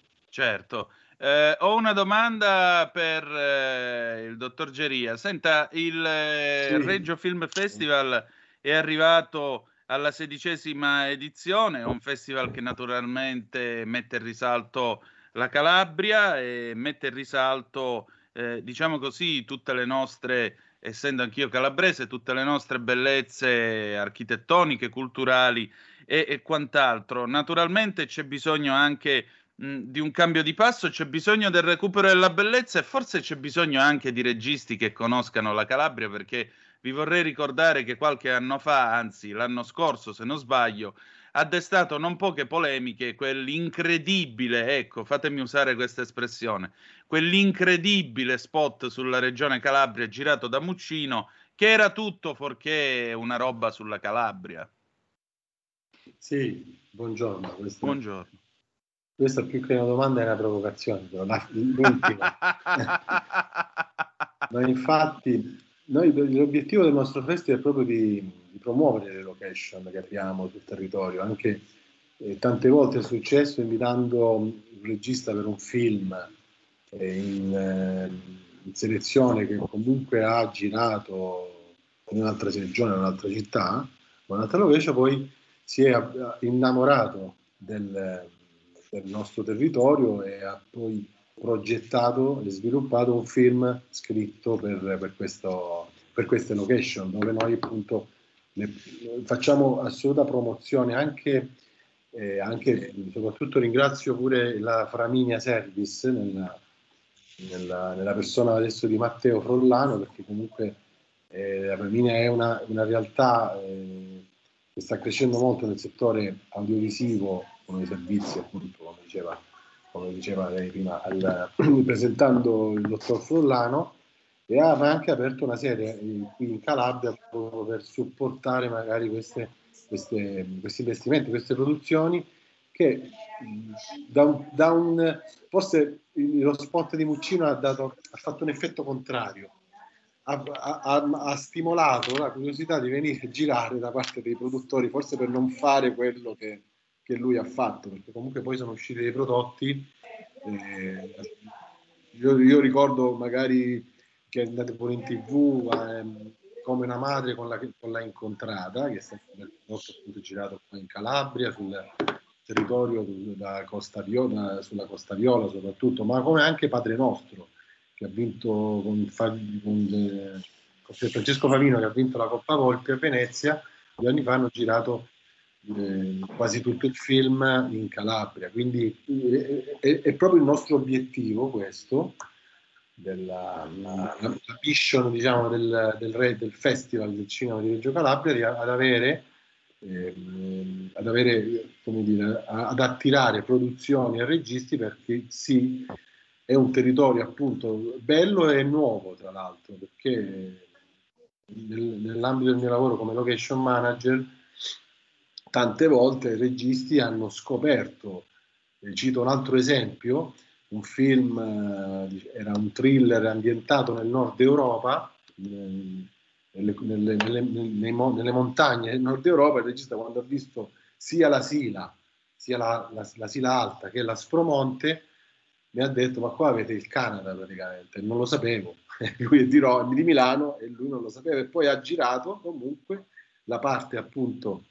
Certo. Eh, ho una domanda per eh, il dottor Geria. Senta, il eh, sì. Reggio Film Festival è arrivato alla sedicesima edizione, un festival che naturalmente mette in risalto la Calabria e mette in risalto, eh, diciamo così, tutte le nostre, essendo anch'io calabrese, tutte le nostre bellezze architettoniche, culturali e, e quant'altro. Naturalmente c'è bisogno anche mh, di un cambio di passo, c'è bisogno del recupero della bellezza e forse c'è bisogno anche di registi che conoscano la Calabria, perché vi vorrei ricordare che qualche anno fa, anzi l'anno scorso se non sbaglio, ha destato non poche polemiche quell'incredibile, ecco, fatemi usare questa espressione, quell'incredibile spot sulla regione Calabria girato da Muccino, che era tutto fuorché una roba sulla Calabria. Sì, buongiorno. Questa, buongiorno. Questa più che una domanda è una provocazione, però la, l'ultima. Ma infatti noi, l'obiettivo del nostro festival è proprio di, di promuovere le location che abbiamo sul territorio. Anche eh, tante volte è successo invitando un regista per un film eh, in, eh, in selezione che comunque ha girato in un'altra regione, in un'altra città, in un'altra location, poi si è innamorato del, del nostro territorio e ha poi progettato e sviluppato un film scritto per, per, questo, per queste location, dove noi appunto le, facciamo assoluta promozione anche, eh, anche soprattutto ringrazio pure la Flaminia Service nella, nella, nella persona adesso di Matteo Frollano, perché comunque eh, la Flaminia è una, una realtà eh, che sta crescendo molto nel settore audiovisivo, con i servizi appunto, come diceva come diceva lei prima, al, presentando il dottor Frollano, e ha anche aperto una serie qui in Calabria proprio per supportare magari queste, queste, questi investimenti, queste produzioni che da un, da un forse lo spot di Muccino ha, dato, ha fatto un effetto contrario, ha, ha, ha stimolato la curiosità di venire a girare da parte dei produttori, forse per non fare quello che, che lui ha fatto, perché comunque poi sono usciti dei prodotti. Eh, io, io ricordo magari che è andato pure in tv ehm, Come una madre con la, con la incontrata, che è stato un prodotto appunto girato qua in Calabria sul territorio da Costa Viola, sulla Costa Viola soprattutto, ma come anche Padre Nostro, che ha vinto con, con, eh, con Francesco Favino, che ha vinto la Coppa Volpi a Venezia. Due anni fa hanno girato eh, quasi tutto il film in Calabria, quindi eh, è, è proprio il nostro obiettivo questo, della la, la mission, diciamo, del, del, del Festival del Cinema di Reggio Calabria, ad avere Eh, ad avere, come dire, ad attirare produzioni e registi, perché sì, è un territorio appunto bello e nuovo, tra l'altro, perché nel, nell'ambito del mio lavoro come location manager tante volte i registi hanno scoperto, eh, cito un altro esempio, un film, eh, era un thriller ambientato nel nord Europa, eh, Nelle, nelle, nelle, nelle, nelle montagne del nord Europa. Il regista, quando ha visto sia la Sila, sia la, la, la Sila Alta che l'Aspromonte, mi ha detto: ma qua avete il Canada praticamente, non lo sapevo. Lui è di, Roma, di Milano e lui non lo sapeva, e poi ha girato comunque la parte appunto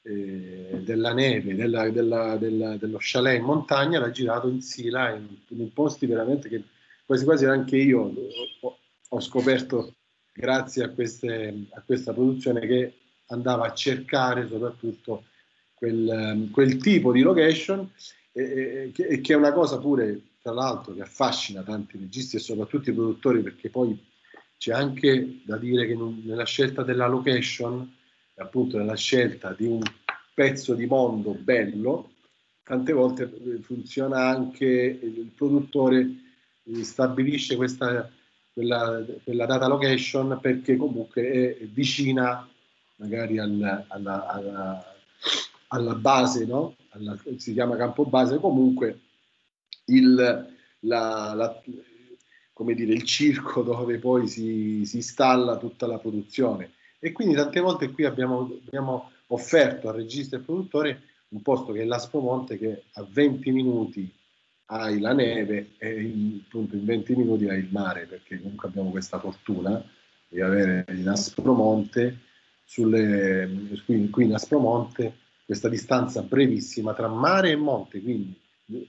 eh, della neve, della, della, della, dello chalet in montagna, l'ha girato in Sila, in, in posti veramente che quasi quasi anche io ho, ho scoperto grazie a, queste, a questa produzione, che andava a cercare soprattutto quel, quel tipo di location, e, e, che, che è una cosa pure, tra l'altro, che affascina tanti registi e soprattutto i produttori, perché poi c'è anche da dire che non, nella scelta della location, appunto nella scelta di un pezzo di mondo bello, tante volte funziona anche il produttore, stabilisce questa Quella, quella data location perché comunque è vicina magari al, alla, alla, alla base, no? Alla, si chiama campo base, comunque il, la, la, come dire, il circo dove poi si, si installa tutta la produzione. E quindi tante volte qui abbiamo, abbiamo offerto al regista e al produttore un posto che è l'Aspromonte, che a venti minuti hai la neve e in, appunto in venti minuti hai il mare, perché comunque abbiamo questa fortuna di avere in Aspromonte, sulle, qui, qui in Aspromonte, questa distanza brevissima tra mare e monte, quindi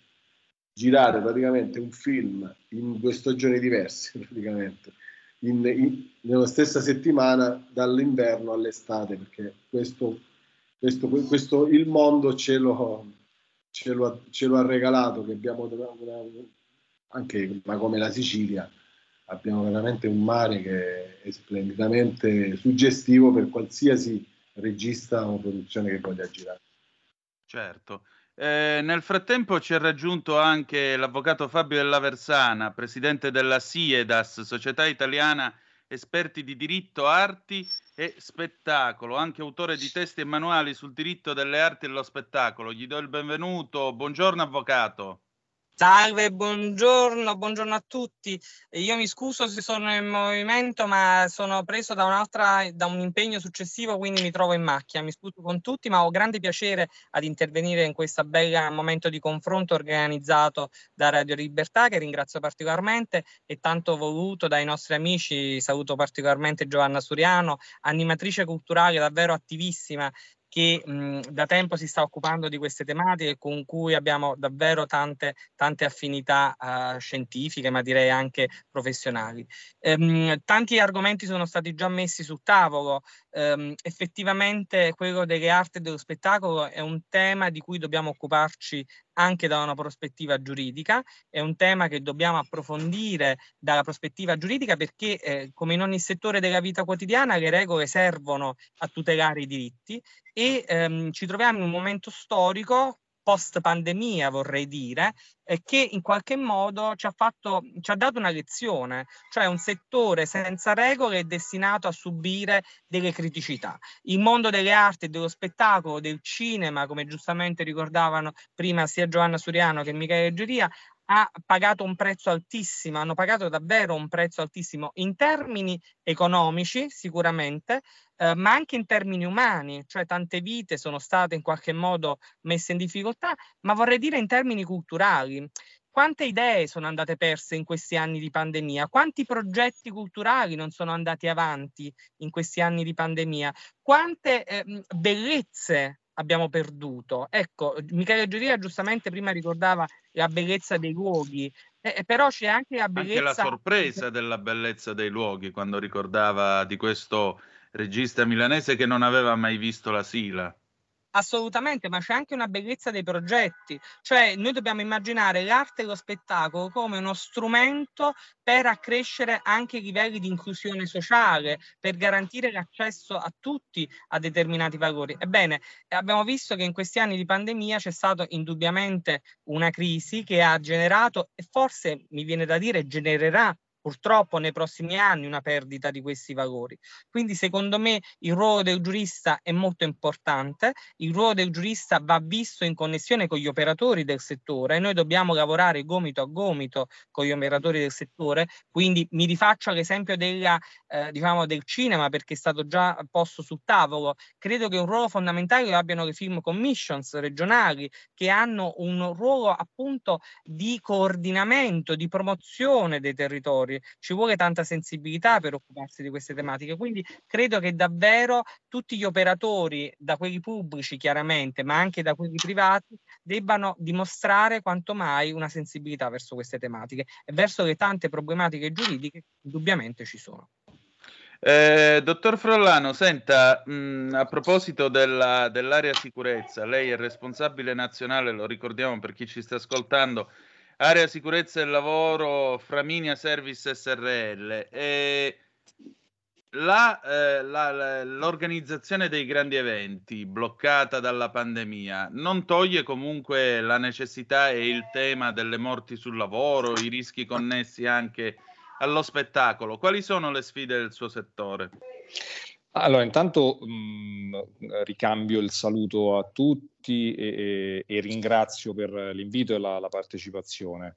girare praticamente un film in due stagioni diverse, praticamente, in, in, nella stessa settimana, dall'inverno all'estate, perché questo, questo, questo il mondo ce lo... Ce lo, ha, ce lo ha regalato, che abbiamo una, anche, ma come la Sicilia, abbiamo veramente un mare che è splendidamente suggestivo per qualsiasi regista o produzione che voglia girare. Certo. Eh, nel frattempo ci ha raggiunto anche l'avvocato Fabio Della Versana, presidente della SIEDAS, Società Italiana Esperti di Diritto, Arti e Spettacolo, anche autore di testi e manuali sul diritto delle arti e dello spettacolo. Gli do il benvenuto. Buongiorno avvocato. Salve, buongiorno, buongiorno a tutti. Io mi scuso se sono in movimento, ma sono preso da un'altra, da un impegno successivo, quindi mi trovo in macchina. Mi scuso con tutti, ma ho grande piacere ad intervenire in questo bel momento di confronto organizzato da Radio Libertà, che ringrazio particolarmente, e tanto voluto dai nostri amici. Saluto particolarmente Giovanna Suriano, animatrice culturale davvero attivissima, che mh, da tempo si sta occupando di queste tematiche, con cui abbiamo davvero tante, tante affinità uh, scientifiche, ma direi anche professionali. Ehm, tanti argomenti sono stati già messi sul tavolo. Ehm, effettivamente quello delle arti e dello spettacolo è un tema di cui dobbiamo occuparci anche da una prospettiva giuridica, è un tema che dobbiamo approfondire dalla prospettiva giuridica, perché eh, come in ogni settore della vita quotidiana le regole servono a tutelare i diritti, e ehm, ci troviamo in un momento storico post pandemia, vorrei dire, eh, che in qualche modo ci ha fatto, ci ha dato una lezione, cioè un settore senza regole è destinato a subire delle criticità. Il mondo delle arti e dello spettacolo, del cinema, come giustamente ricordavano prima sia Giovanna Suriano che Michele Giuria, ha pagato un prezzo altissimo, hanno pagato davvero un prezzo altissimo in termini economici sicuramente, eh, ma anche in termini umani, cioè tante vite sono state in qualche modo messe in difficoltà, ma vorrei dire in termini culturali. Quante idee sono andate perse in questi anni di pandemia? Quanti progetti culturali non sono andati avanti in questi anni di pandemia? Quante eh, bellezze abbiamo perduto? Ecco, Michele Giuria giustamente prima ricordava la bellezza dei luoghi, eh, però c'è anche la bellezza... Anche la sorpresa della bellezza dei luoghi, quando ricordava di questo regista milanese che non aveva mai visto la Sila. Assolutamente, ma c'è anche una bellezza dei progetti, cioè noi dobbiamo immaginare l'arte e lo spettacolo come uno strumento per accrescere anche i livelli di inclusione sociale, per garantire l'accesso a tutti a determinati valori. Ebbene, abbiamo visto che in questi anni di pandemia c'è stata indubbiamente una crisi che ha generato, e forse mi viene da dire genererà purtroppo nei prossimi anni, una perdita di questi valori. Quindi secondo me il ruolo del giurista è molto importante, il ruolo del giurista va visto in connessione con gli operatori del settore e noi dobbiamo lavorare gomito a gomito con gli operatori del settore, quindi mi rifaccio all'esempio della, eh, diciamo del cinema, perché è stato già posto sul tavolo. Credo che un ruolo fondamentale lo abbiano le film commissions regionali, che hanno un ruolo appunto di coordinamento, di promozione dei territori. Ci vuole tanta sensibilità per occuparsi di queste tematiche, quindi credo che davvero tutti gli operatori, da quelli pubblici chiaramente, ma anche da quelli privati, debbano dimostrare quanto mai una sensibilità verso queste tematiche e verso le tante problematiche giuridiche che indubbiamente ci sono. Eh, dottor Frollano, senta, mh, a proposito della, dell'area sicurezza, lei è responsabile nazionale, lo ricordiamo per chi ci sta ascoltando, Area Sicurezza del Lavoro, Flaminia Service S R L. E la, eh, la, la, l'organizzazione dei grandi eventi bloccata dalla pandemia non toglie comunque la necessità e il tema delle morti sul lavoro, i rischi connessi anche allo spettacolo. Quali sono le sfide del suo settore? Allora, intanto mh, ricambio il saluto a tutti e, e, e ringrazio per l'invito e la, la partecipazione.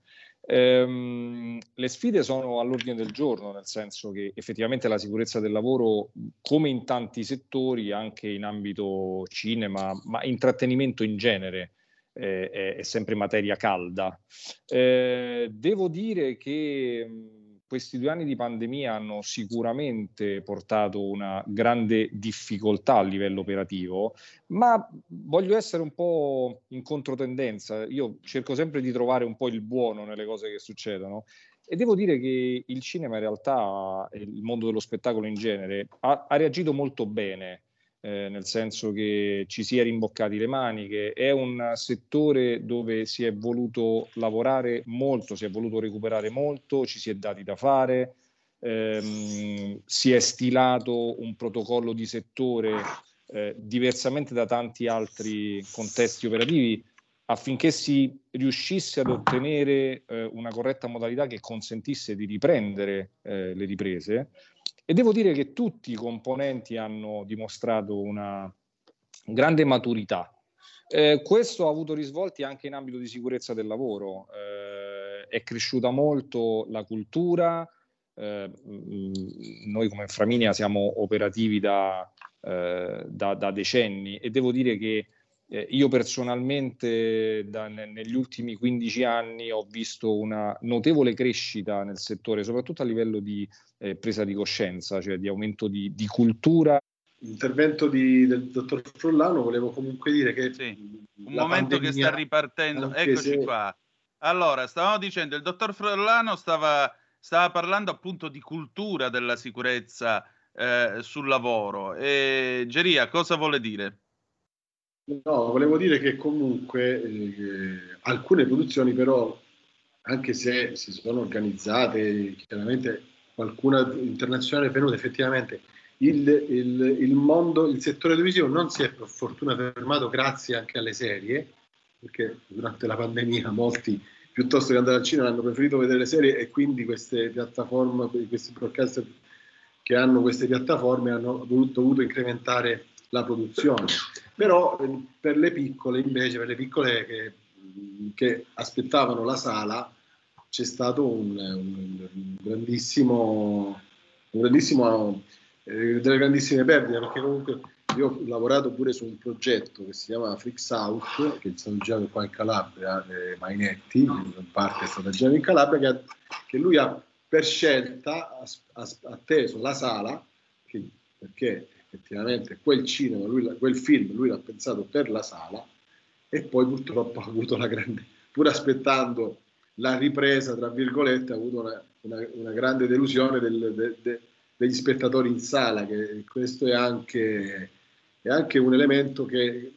Ehm, le sfide sono all'ordine del giorno, nel senso che effettivamente la sicurezza del lavoro, come in tanti settori, anche in ambito cinema, ma intrattenimento in genere, eh, è, è sempre materia calda. Eh, devo dire che mh, questi due anni di pandemia hanno sicuramente portato una grande difficoltà a livello operativo, ma voglio essere un po' in controtendenza. Io cerco sempre di trovare un po' il buono nelle cose che succedono e devo dire che il cinema in realtà, e il mondo dello spettacolo in genere, ha, ha reagito molto bene. Eh, nel senso che ci si è rimboccati le maniche, è un settore dove si è voluto lavorare molto, si è voluto recuperare molto, ci si è dati da fare, ehm, si è stilato un protocollo di settore eh, diversamente da tanti altri contesti operativi affinché si riuscisse ad ottenere eh, una corretta modalità che consentisse di riprendere eh, le riprese. E devo dire che tutti i componenti hanno dimostrato una grande maturità. Eh, questo ha avuto risvolti anche in ambito di sicurezza del lavoro. Eh, è cresciuta molto la cultura. Eh, noi come Flaminia siamo operativi da, eh, da, da decenni e devo dire che eh, io personalmente da, negli ultimi quindici anni ho visto una notevole crescita nel settore, soprattutto a livello di eh, presa di coscienza, cioè di aumento di, di cultura. L'intervento di, del dottor Frollano, volevo comunque dire che sì, un momento pandemia, che sta ripartendo, eccoci se... qua. Allora, stavamo dicendo, il dottor Frollano stava, stava parlando appunto di cultura della sicurezza eh, sul lavoro. E Geria, cosa vuole dire? No, volevo dire che comunque eh, alcune produzioni però, anche se si sono organizzate, chiaramente qualcuna internazionale è venuta, effettivamente il, il, il mondo, il settore televisivo non si è per fortuna fermato grazie anche alle serie perché durante la pandemia molti, piuttosto che andare al cinema, hanno preferito vedere le serie, e quindi queste piattaforme, questi broadcaster che hanno queste piattaforme hanno dovuto, dovuto incrementare la produzione. Però per le piccole, invece, per le piccole che, che aspettavano la sala, c'è stato un, un grandissimo, un grandissimo eh, delle grandissime perdite, perché comunque io ho lavorato pure su un progetto che si chiama Freaks Out, che è stato girato qua in Calabria, eh, Mainetti, in parte è stato girato in Calabria, che, che lui ha per scelta atteso la sala, che, perché effettivamente quel cinema, lui, quel film lui l'ha pensato per la sala, e poi purtroppo ha avuto la grande, pur aspettando la ripresa, tra virgolette, ha avuto una, una, una grande delusione del, de, de, degli spettatori in sala, che questo è anche, è anche un elemento che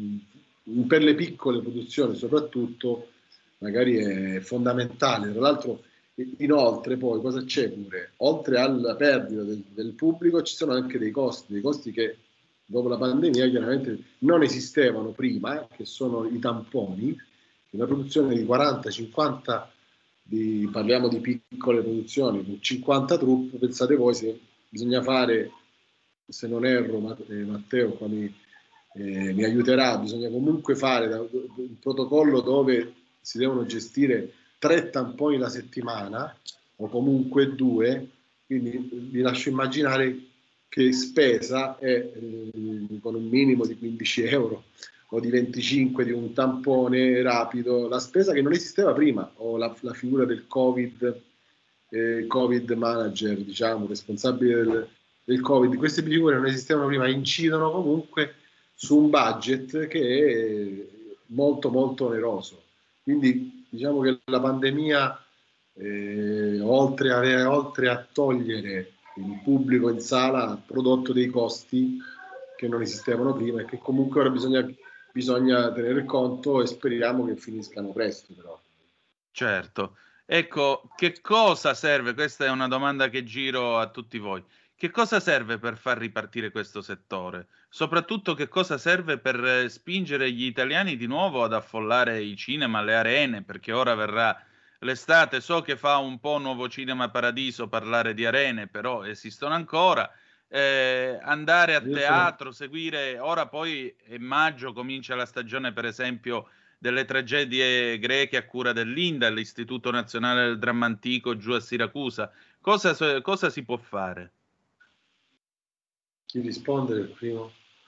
mh, per le piccole produzioni soprattutto magari è fondamentale. Tra l'altro, inoltre, poi cosa c'è pure? Oltre alla perdita del, del pubblico, ci sono anche dei costi, dei costi che dopo la pandemia chiaramente non esistevano prima, che sono i tamponi. Una produzione di quaranta cinquanta, di, parliamo di piccole produzioni, con cinquanta troupe, pensate voi se bisogna fare, se non erro, Matteo qua mi, eh, mi aiuterà, bisogna comunque fare un protocollo dove si devono gestire tre tamponi la settimana, o comunque due, quindi vi lascio immaginare che spesa è eh, con un minimo di quindici euro o di venticinque di un tampone rapido, la spesa che non esisteva prima, o la, la figura del Covid, eh, Covid manager, diciamo, responsabile del, del Covid, queste figure non esistevano prima, incidono comunque su un budget che è molto molto oneroso. Quindi diciamo che la pandemia, eh, oltre, a, oltre a togliere il pubblico in sala, ha prodotto dei costi che non esistevano prima e che comunque ora bisogna, bisogna tenere conto, e speriamo che finiscano presto, però. Certo. Ecco, che cosa serve? Questa è una domanda che giro a tutti voi. Che cosa serve per far ripartire questo settore? Soprattutto che cosa serve per spingere gli italiani di nuovo ad affollare i cinema, le arene, perché ora verrà l'estate. So che fa un po' Nuovo Cinema Paradiso parlare di arene, però esistono ancora. Eh, andare a teatro, seguire, ora poi è maggio, comincia la stagione per esempio delle tragedie greche a cura dell'Inda, l'Istituto Nazionale del Dramma Antico giù a Siracusa. Cosa, cosa si può fare? Chi risponde il primo?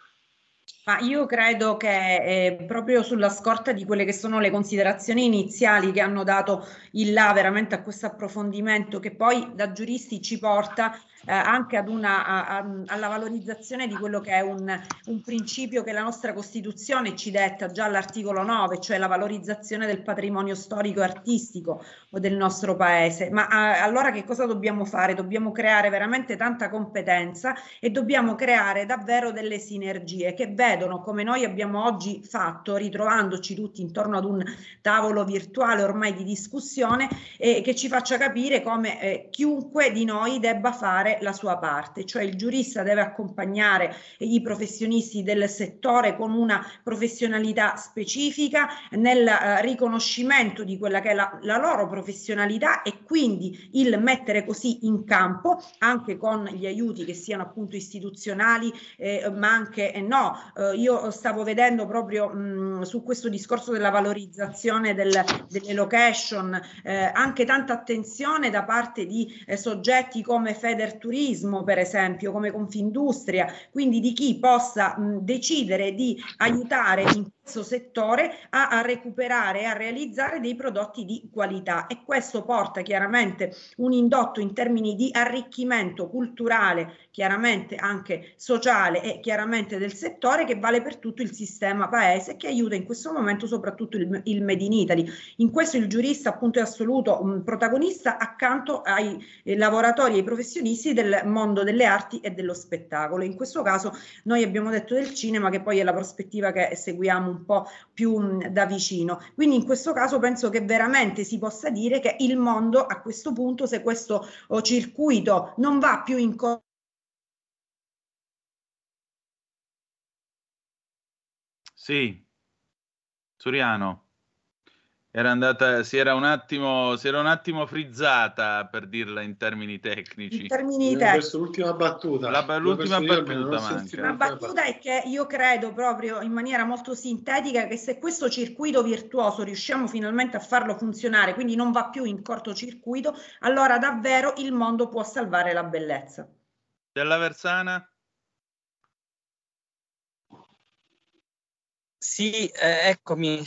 Ma io credo che eh, proprio sulla scorta di quelle che sono le considerazioni iniziali che hanno dato il là veramente a questo approfondimento, che poi da giuristi ci porta eh, anche ad una, a, a, alla valorizzazione di quello che è un, un principio che la nostra Costituzione ci detta già all'articolo nove, cioè la valorizzazione del patrimonio storico e artistico del nostro paese. Ma a, allora che cosa dobbiamo fare? Dobbiamo creare veramente tanta competenza e dobbiamo creare davvero delle sinergie che vedono, come noi abbiamo oggi fatto, ritrovandoci tutti intorno ad un tavolo virtuale ormai di discussione, eh, che ci faccia capire come eh, chiunque di noi debba fare la sua parte, cioè il giurista deve accompagnare i professionisti del settore con una professionalità specifica nel eh, riconoscimento di quella che è la, la loro professionalità, e quindi il mettere così in campo, anche con gli aiuti che siano appunto istituzionali, eh, ma anche eh, no. Eh, io stavo vedendo proprio mh, su questo discorso della valorizzazione del, delle location, eh, anche tanta attenzione da parte di eh, soggetti come Federturismo, per esempio, come Confindustria, quindi di chi possa mh, decidere di aiutare in questo settore a, a recuperare e a realizzare dei prodotti di qualità, e questo porta chiaramente un indotto in termini di arricchimento culturale, chiaramente anche sociale e chiaramente del settore, che vale per tutto il sistema paese, che aiuta in questo momento soprattutto il, il Made in Italy. In questo il giurista appunto è assoluto um, protagonista accanto ai eh, lavoratori e ai professionisti del mondo delle arti e dello spettacolo. In questo caso noi abbiamo detto del cinema, che poi è la prospettiva che seguiamo un po' più um, da vicino. Quindi in questo caso penso che veramente si possa dire che il mondo a questo punto, se questo oh, circuito non va più in co- Sì, Suriano. Era andata, si era un attimo, si era un attimo frizzata, per dirla in termini tecnici. In termini Abbiamo tecnici. perso l'ultima battuta. La, l'ultima L'ho perso io, battuta almeno, non manca. sentito. La battuta è che io credo proprio in maniera molto sintetica che se questo circuito virtuoso riusciamo finalmente a farlo funzionare, quindi non va più in cortocircuito, allora davvero il mondo può salvare la bellezza. Della Versana? Sì, eh, eccomi,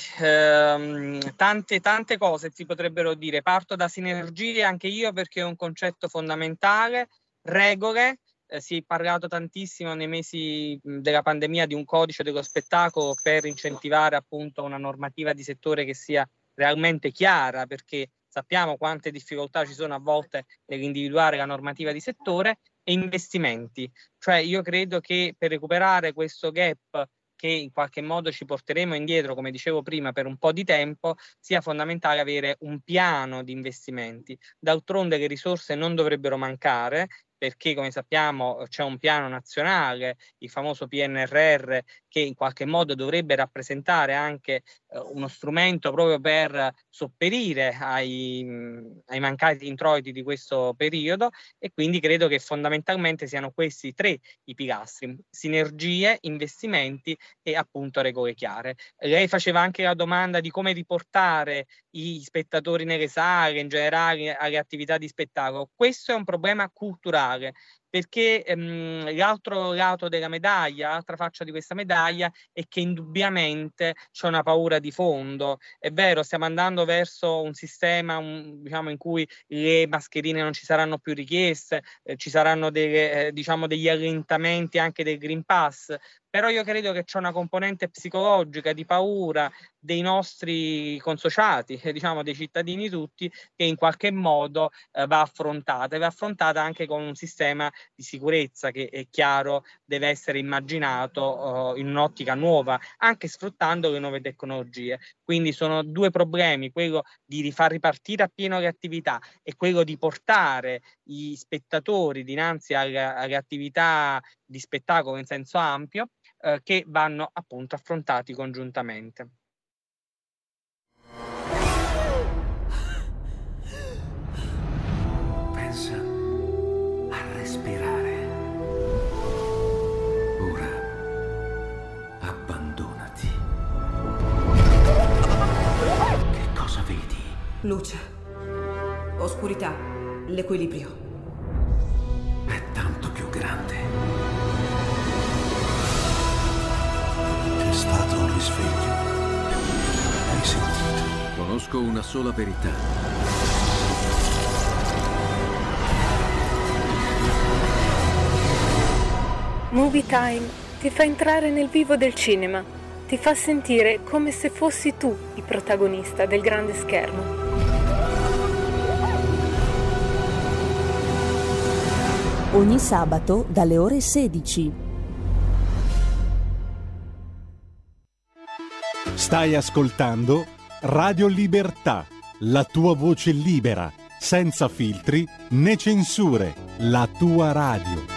ehm, tante, tante cose si potrebbero dire. Parto da sinergie anche io perché è un concetto fondamentale, regole, eh, si è parlato tantissimo nei mesi della pandemia di un codice dello spettacolo per incentivare appunto una normativa di settore che sia realmente chiara, perché sappiamo quante difficoltà ci sono a volte nell'individuare la normativa di settore, e investimenti. Cioè io credo che per recuperare questo gap che in qualche modo ci porteremo indietro, come dicevo prima, per un po' di tempo, sia fondamentale avere un piano di investimenti. D'altronde le risorse non dovrebbero mancare, perché come sappiamo c'è un piano nazionale, il famoso P N R R, che in qualche modo dovrebbe rappresentare anche eh, uno strumento proprio per sopperire ai, ai mancati introiti di questo periodo, e quindi credo che fondamentalmente siano questi tre i pilastri: sinergie, investimenti e appunto regole chiare. Lei faceva anche la domanda di come riportare gli spettatori nelle sale, in generale alle attività di spettacolo. Questo è un problema culturale, perché ehm, l'altro lato della medaglia, l'altra faccia di questa medaglia, è che indubbiamente c'è una paura di fondo. È vero, stiamo andando verso un sistema un, diciamo, in cui le mascherine non ci saranno più richieste, eh, ci saranno delle, eh, diciamo, degli allentamenti anche del Green Pass, però io credo che c'è una componente psicologica di paura dei nostri consociati, eh, diciamo dei cittadini tutti, che in qualche modo eh, va affrontata e va affrontata anche con un sistema di sicurezza che è chiaro deve essere immaginato uh, in un'ottica nuova, anche sfruttando le nuove tecnologie. Quindi sono due problemi, quello di rifar ripartire appieno le attività e quello di portare gli spettatori dinanzi alle, alle attività di spettacolo in senso ampio, eh, che vanno appunto affrontati congiuntamente. Pensa a respirare. Ora abbandonati. Che cosa vedi? Luce, oscurità, l'equilibrio. È tanto più grande. È stato un risveglio. Hai sentito? Conosco una sola verità. Movie Time ti fa entrare nel vivo del cinema, ti fa sentire come se fossi tu il protagonista del grande schermo. Ogni sabato dalle ore sedici. Stai ascoltando Radio Libertà, la tua voce libera, senza filtri né censure, la tua radio.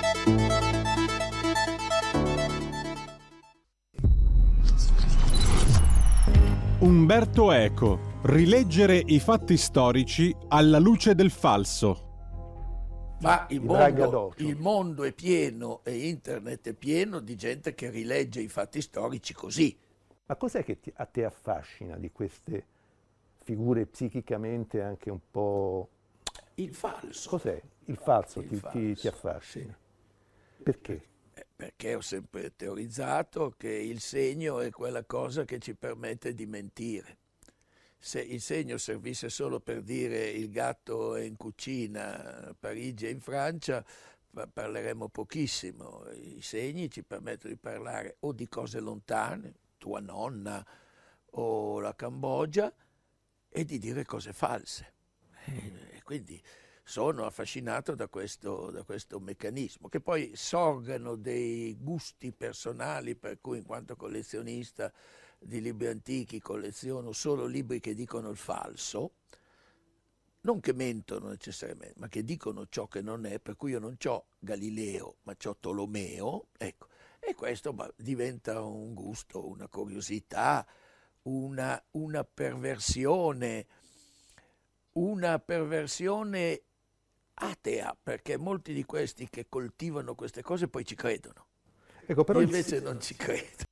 Umberto Eco, rileggere i fatti storici alla luce del falso. Ma il mondo, il mondo è pieno e internet è pieno di gente che rilegge i fatti storici così. Ma cos'è che ti, a te affascina di queste figure psichicamente anche un po'... Il falso. Cos'è? Il falso, il ti, falso ti, ti affascina? Sì. Perché? Perché ho sempre teorizzato che il segno è quella cosa che ci permette di mentire. Se il segno servisse solo per dire il gatto è in cucina a Parigi e in Francia, parleremo pochissimo. I segni ci permettono di parlare o di cose lontane, tua nonna o la Cambogia, e di dire cose false. E quindi sono affascinato da questo, da questo meccanismo, che poi sorgano dei gusti personali, per cui in quanto collezionista di libri antichi colleziono solo libri che dicono il falso, non che mentono necessariamente, ma che dicono ciò che non è, per cui io non c'ho Galileo, ma c'ho Tolomeo, ecco, e questo bah, diventa un gusto, una curiosità, una, una perversione, una perversione atea, perché molti di questi che coltivano queste cose poi ci credono. Ecco, però Io invece il... non ci credo.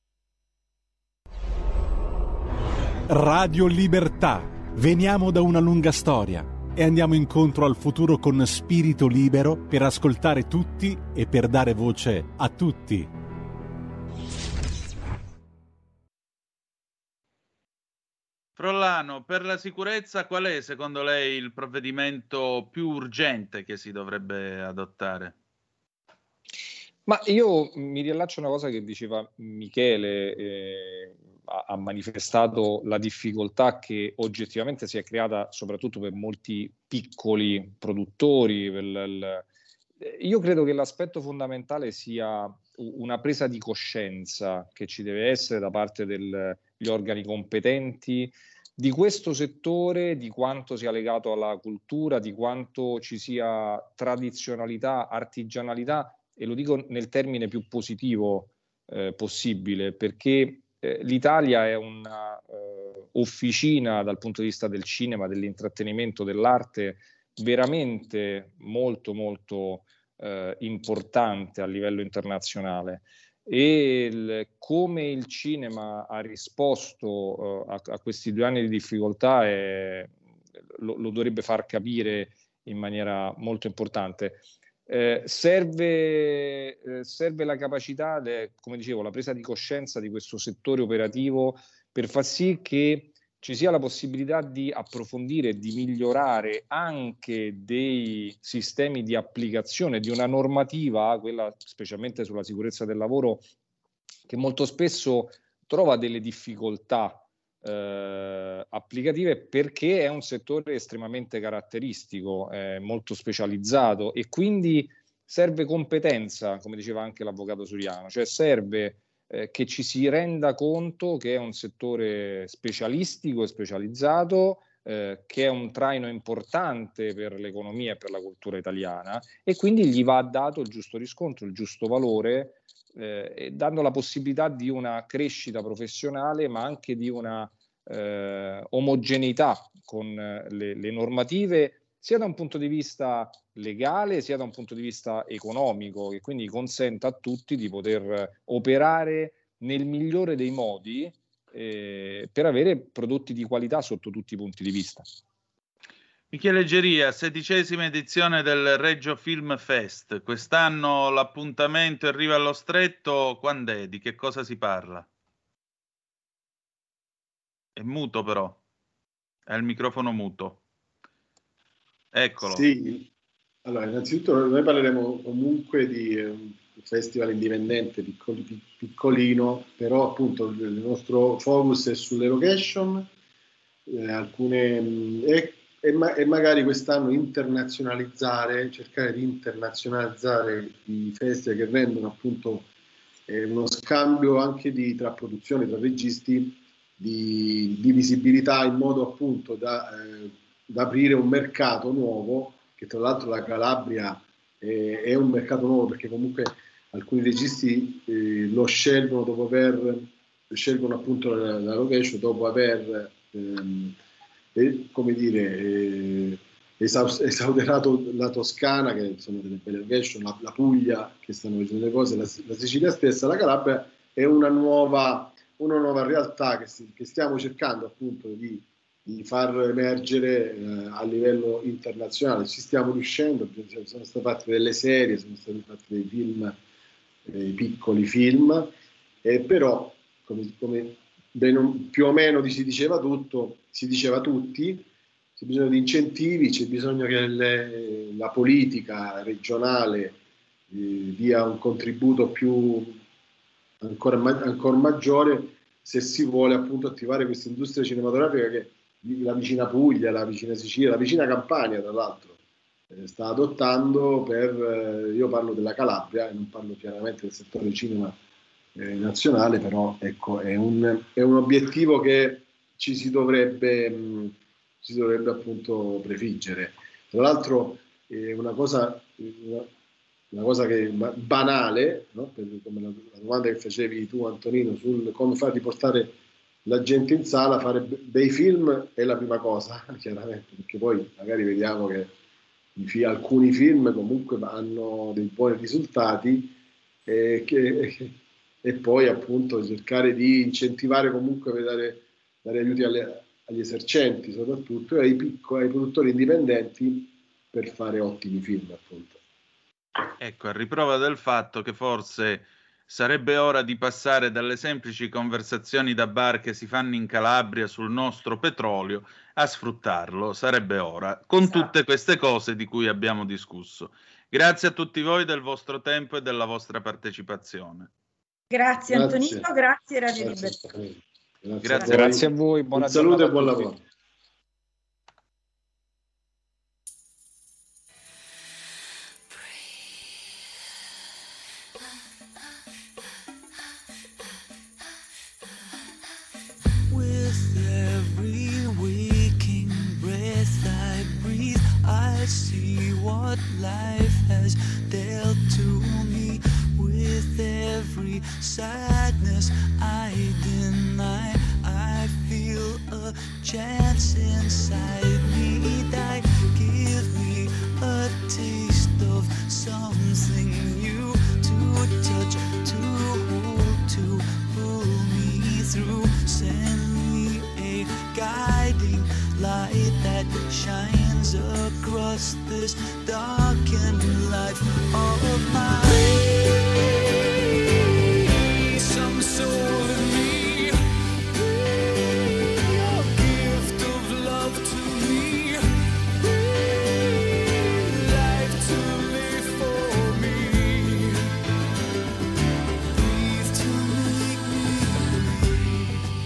Radio Libertà. Veniamo da una lunga storia e andiamo incontro al futuro con spirito libero per ascoltare tutti e per dare voce a tutti. Frollano, per la sicurezza qual è secondo lei il provvedimento più urgente che si dovrebbe adottare? Ma io mi riallaccio a una cosa che diceva Michele, eh, ha, ha manifestato la difficoltà che oggettivamente si è creata soprattutto per molti piccoli produttori. Per l, l, io credo che l'aspetto fondamentale sia una presa di coscienza che ci deve essere da parte degli organi competenti di questo settore, di quanto sia legato alla cultura, di quanto ci sia tradizionalità, artigianalità, e lo dico nel termine più positivo eh, possibile, perché eh, l'Italia è una eh, officina dal punto di vista del cinema, dell'intrattenimento, dell'arte, veramente molto molto eh, importante a livello internazionale. E il, come il cinema ha risposto uh, a, a questi due anni di difficoltà è, lo, lo dovrebbe far capire in maniera molto importante. Eh, serve, eh, serve la capacità, de, come dicevo, la presa di coscienza di questo settore operativo per far sì che ci sia la possibilità di approfondire e di migliorare anche dei sistemi di applicazione di una normativa, quella specialmente sulla sicurezza del lavoro, che molto spesso trova delle difficoltà eh, applicative perché è un settore estremamente caratteristico, eh, molto specializzato, e quindi serve competenza, come diceva anche l'avvocato Suriano, cioè serve Eh, che ci si renda conto che è un settore specialistico e specializzato, eh, che è un traino importante per l'economia e per la cultura italiana, e quindi gli va dato il giusto riscontro, il giusto valore, eh, e dando la possibilità di una crescita professionale, ma anche di una eh, omogeneità con le, le normative, sia da un punto di vista legale sia da un punto di vista economico, che quindi consenta a tutti di poter operare nel migliore dei modi eh, per avere prodotti di qualità sotto tutti i punti di vista. Michele Geria, sedicesima edizione del Reggio Film Fest. Quest'anno l'appuntamento arriva allo stretto. Quando è? Di che cosa si parla? È muto però. È il microfono muto. Eccolo. Sì, allora innanzitutto noi parleremo comunque di un festival indipendente, piccolo, piccolino, però appunto il nostro focus è sulle location, eh, alcune e, e, ma, e magari quest'anno internazionalizzare, cercare di internazionalizzare i festival che rendono appunto eh, uno scambio anche di, tra produzioni, tra registi, di, di visibilità, in modo appunto da... Eh, da aprire un mercato nuovo, che tra l'altro la Calabria è, è un mercato nuovo, perché comunque alcuni registi eh, lo scelgono dopo aver scelgono appunto la, la location dopo aver ehm, eh, come dire eh, esaus- esauderato la Toscana, che sono delle belle location, la, la Puglia, che stanno facendo le cose, la, la Sicilia stessa. La Calabria è una nuova, una nuova realtà che, si, che stiamo cercando appunto di di far emergere eh, a livello internazionale. Ci stiamo riuscendo, sono state fatte delle serie, sono stati fatti dei film, dei piccoli film, eh, però come, come ben, più o meno si diceva tutto, si diceva tutti, c'è bisogno di incentivi, c'è bisogno che le, la politica regionale eh, dia un contributo più ancora, ancora maggiore, se si vuole appunto attivare questa industria cinematografica che la vicina Puglia, la vicina Sicilia, la vicina Campania tra l'altro eh, sta adottando per, eh, io parlo della Calabria e non parlo chiaramente del settore del cinema eh, nazionale, però ecco è un, è un obiettivo che ci si dovrebbe, mh, si dovrebbe appunto prefiggere. Tra l'altro è una cosa, una, una cosa che banale, no? Per, come la, la domanda che facevi tu Antonino sul come far riportare la gente in sala, fare bei film è la prima cosa, chiaramente, perché poi magari vediamo che i fi- alcuni film comunque hanno dei buoni risultati e, che, e poi appunto cercare di incentivare comunque per dare, dare aiuti alle, agli esercenti soprattutto e ai piccoli, ai produttori indipendenti per fare ottimi film, appunto. Ecco, a riprova del fatto che forse sarebbe ora di passare dalle semplici conversazioni da bar che si fanno in Calabria sul nostro petrolio a sfruttarlo, sarebbe ora, con Esatto. tutte queste cose di cui abbiamo discusso. Grazie a tutti voi del vostro tempo e della vostra partecipazione. Grazie, Grazie. Antonino, grazie Radio Grazie. Libertà. Grazie, Grazie. Grazie a voi, buona Un saluto giornata e buon a tutti. lavoro. With every waking breath I breathe, I see what life has dealt to me. With every sadness I deny, I feel a chance inside me die. Give me a taste of something new to touch, to hold, to pull me through. Send me a guiding light that shines across this darkened life of mine. Some soul in me, your gift of love to me, life to live for me, breathe to make me.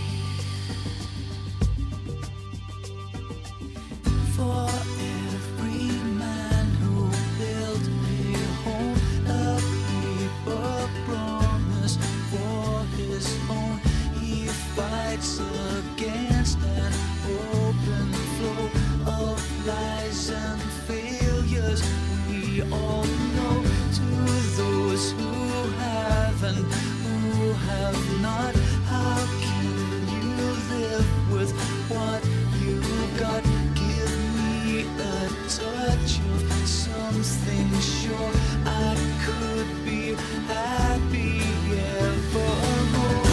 For every man who built a home, a paper promise for his own, he fights against an open flow of lies and failures. We all know, to those who have and who have not, how can you live with what you got? Give me a touch of something sure I could be happy evermore.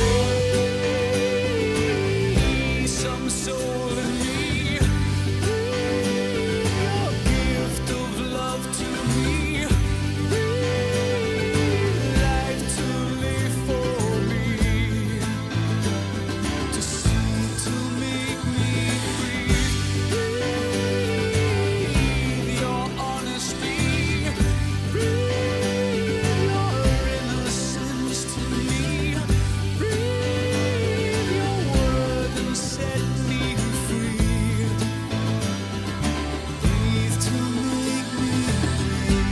Some soul in me, your gift of love to me, life to live for me, to see, to make me breathe. Your honesty, your innocence to me, your word and set me free. Breathe to make me breathe.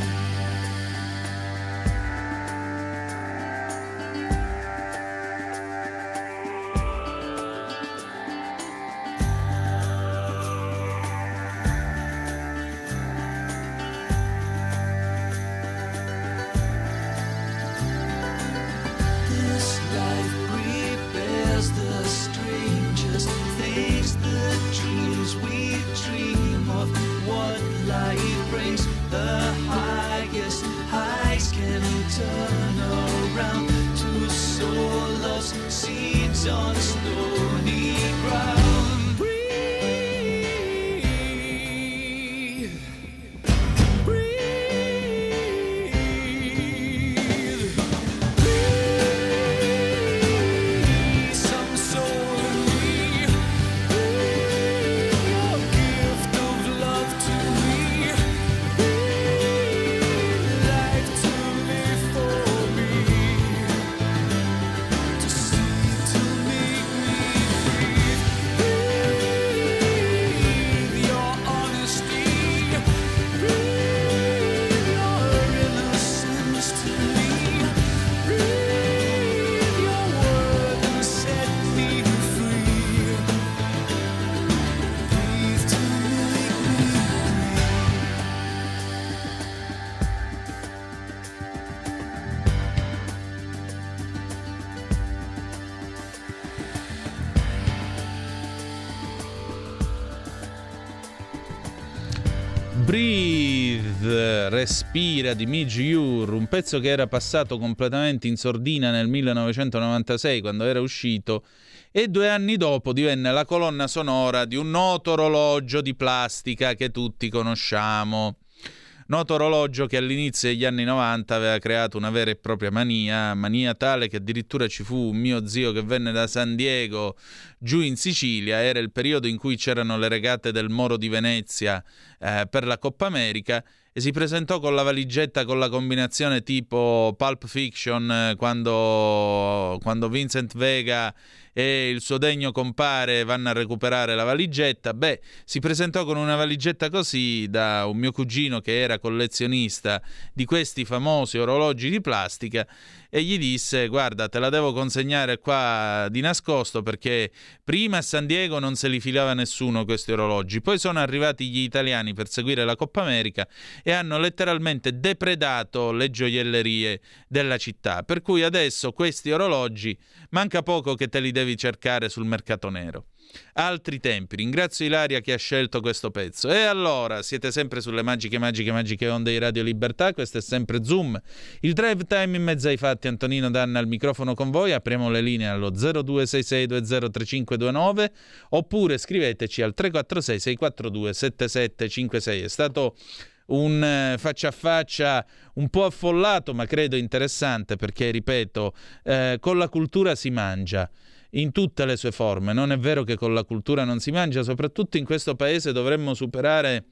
This life prepares the strangest things, the dreams we dream of. What life brings, the highest heights can turn around to sow love's seeds on stony ground. Breathe, breathe. Some soul in me, your gift of love to me, life to live for me, to see, to make me Breathe, Respira di Midge Ure, un pezzo che era passato completamente in sordina nel millenovecentonovantasei quando era uscito e due anni dopo divenne la colonna sonora di un noto orologio di plastica che tutti conosciamo. Noto orologio che all'inizio degli anni novanta aveva creato una vera e propria mania, mania tale che addirittura ci fu un mio zio che venne da San Diego giù in Sicilia, era il periodo in cui c'erano le regate del Moro di Venezia eh, per la Coppa America, e si presentò con la valigetta con la combinazione tipo Pulp Fiction eh, quando, quando Vincent Vega e il suo degno compare vanno a recuperare la valigetta. Beh, si presentò con una valigetta così da un mio cugino che era collezionista di questi famosi orologi di plastica e gli disse: guarda, te la devo consegnare qua di nascosto perché prima a San Diego non se li filava nessuno questi orologi, poi sono arrivati gli italiani per seguire la Coppa America e hanno letteralmente depredato le gioiellerie della città, per cui adesso questi orologi manca poco che te li devi cercare sul mercato nero. Altri tempi. Ringrazio Ilaria che ha scelto questo pezzo. E allora, siete sempre sulle magiche, magiche, magiche onde di Radio Libertà. Questo è sempre Zoom, il drive time in mezzo ai fatti. Antonino Danna al microfono con voi. Apriamo le linee allo zero due sei sei due zero tre cinque due nove oppure scriveteci al tre quattro sei sei quattro due sette sette cinque sei. È stato un eh, faccia a faccia un po' affollato, ma credo interessante, perché ripeto, eh, con la cultura si mangia in tutte le sue forme. Non è vero che con la cultura non si mangia, soprattutto in questo paese dovremmo superare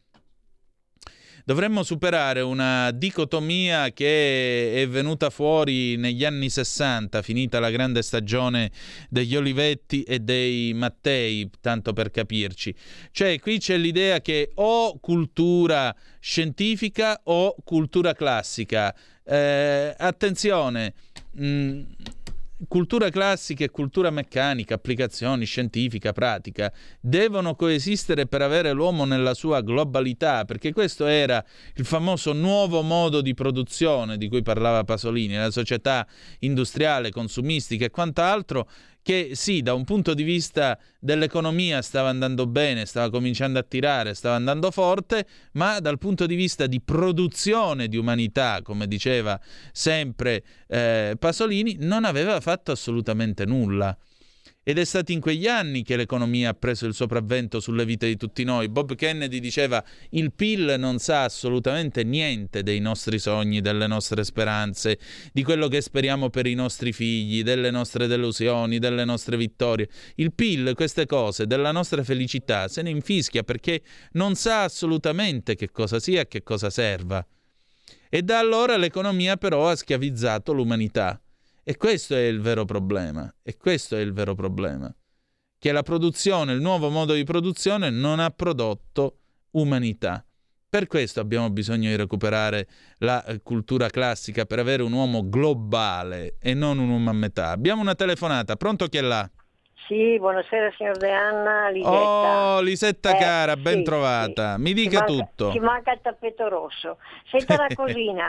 dovremmo superare una dicotomia che è venuta fuori negli anni sessanta, finita la grande stagione degli Olivetti e dei Mattei, tanto per capirci. Cioè, qui c'è l'idea che o cultura scientifica o cultura classica. Eh, attenzione, mh, cultura classica e cultura meccanica, applicazioni, scientifica, pratica, devono coesistere per avere l'uomo nella sua globalità, perché questo era il famoso nuovo modo di produzione di cui parlava Pasolini, la società industriale, consumistica e quant'altro, che sì, da un punto di vista dell'economia stava andando bene, stava cominciando a tirare, stava andando forte, ma dal punto di vista di produzione di umanità, come diceva sempre eh, Pasolini, non aveva fatto assolutamente nulla. Ed è stato in quegli anni che l'economia ha preso il sopravvento sulle vite di tutti noi. Bob Kennedy diceva: il P I L non sa assolutamente niente dei nostri sogni, delle nostre speranze, di quello che speriamo per i nostri figli, delle nostre delusioni, delle nostre vittorie. Il P I L, queste cose, della nostra felicità, se ne infischia perché non sa assolutamente che cosa sia e che cosa serva. E da allora l'economia però ha schiavizzato l'umanità. E questo è il vero problema, e questo è il vero problema, che la produzione, il nuovo modo di produzione non ha prodotto umanità. Per questo abbiamo bisogno di recuperare la cultura classica per avere un uomo globale e non un uomo a metà. Abbiamo una telefonata, pronto, chi è là? Sì, buonasera signor De Anna, Lisetta. Oh, Lisetta eh, cara, ben sì, trovata. sì. Mi dica ci manca, tutto. Ci manca il tappeto rosso. Senta una cosina.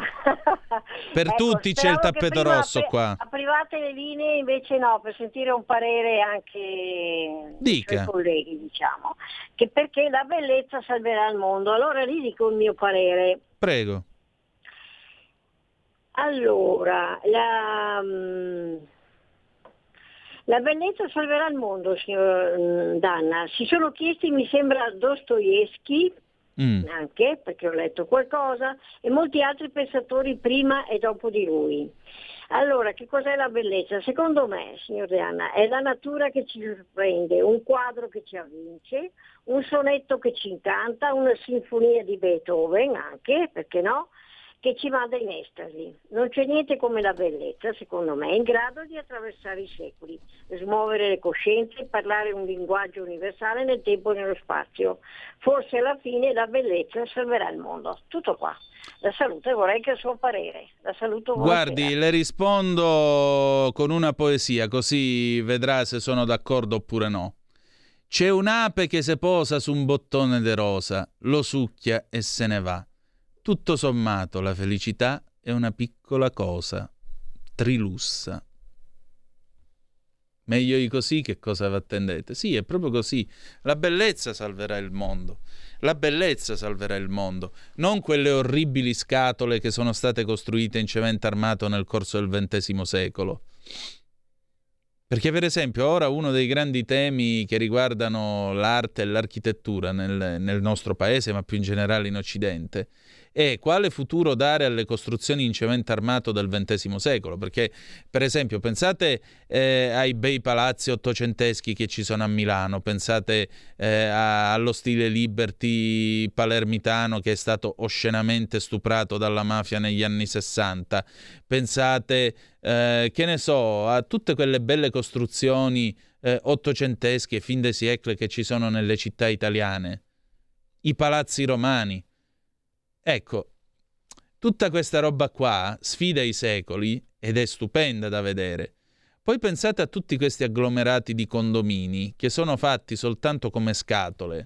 Per ecco, tutti c'è il tappeto rosso apri- qua. Aprivate le linee, invece no, per sentire un parere anche Dica. dei colleghi, diciamo, che perché la bellezza salverà il mondo. Allora gli dico il mio parere. Prego. Allora, la... Mh, La bellezza salverà il mondo, signor Danna. Si sono chiesti, mi sembra, Dostoevsky, mm. anche, perché ho letto qualcosa, e molti altri pensatori prima e dopo di lui. Allora, che cos'è la bellezza? Secondo me, signor Danna, è la natura che ci sorprende, un quadro che ci avvince, un sonetto che ci incanta, una sinfonia di Beethoven anche, perché no? Che ci manda in estasi. Non c'è niente come la bellezza, secondo me, in grado di attraversare i secoli, smuovere le coscienze, parlare un linguaggio universale nel tempo e nello spazio. Forse alla fine la bellezza salverà il mondo. Tutto qua. La saluto e vorrei che il suo parere. La saluto. Guardi, buonasera. le rispondo con una poesia, così vedrà se sono d'accordo oppure no. C'è un'ape che se posa su un bottone de rosa, lo succhia e se ne va. Tutto sommato la felicità è una piccola cosa, trilussa. Meglio di così, che cosa vi attendete? Sì, è proprio così. La bellezza salverà il mondo. La bellezza salverà il mondo, non quelle orribili scatole che sono state costruite in cemento armato nel corso del ventesimo secolo. Perché, per esempio, ora uno dei grandi temi che riguardano l'arte e l'architettura nel, nel nostro paese, ma più in generale in Occidente, è quale futuro dare alle costruzioni in cemento armato del ventesimo secolo. Perché, per esempio, pensate eh, ai bei palazzi ottocenteschi che ci sono a Milano, pensate eh, a, allo stile Liberty palermitano che è stato oscenamente stuprato dalla mafia negli anni sessanta, pensate, eh, che ne so, a tutte quelle belle costruzioni eh, ottocentesche, fin de siècle che ci sono nelle città italiane, i palazzi romani. Ecco, tutta questa roba qua sfida i secoli ed è stupenda da vedere. Poi pensate a tutti questi agglomerati di condomini che sono fatti soltanto come scatole.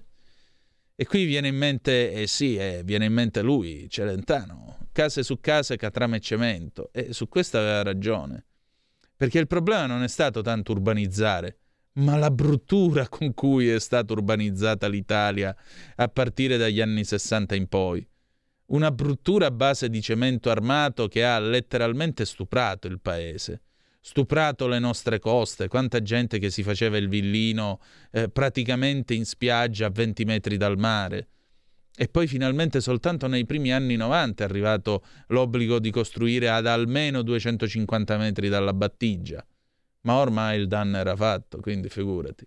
E qui viene in mente, eh sì, eh, viene in mente lui, Celentano, case su case, catrame e cemento. E su questo aveva ragione. Perché il problema non è stato tanto urbanizzare, ma la bruttura con cui è stata urbanizzata l'Italia a partire dagli anni sessanta in poi. Una bruttura a base di cemento armato che ha letteralmente stuprato il paese, stuprato le nostre coste. Quanta gente che si faceva il villino eh, praticamente in spiaggia a venti metri dal mare. E poi finalmente soltanto nei primi anni novanta è arrivato l'obbligo di costruire ad almeno duecentocinquanta metri dalla battigia. Ma ormai il danno era fatto, quindi figurati.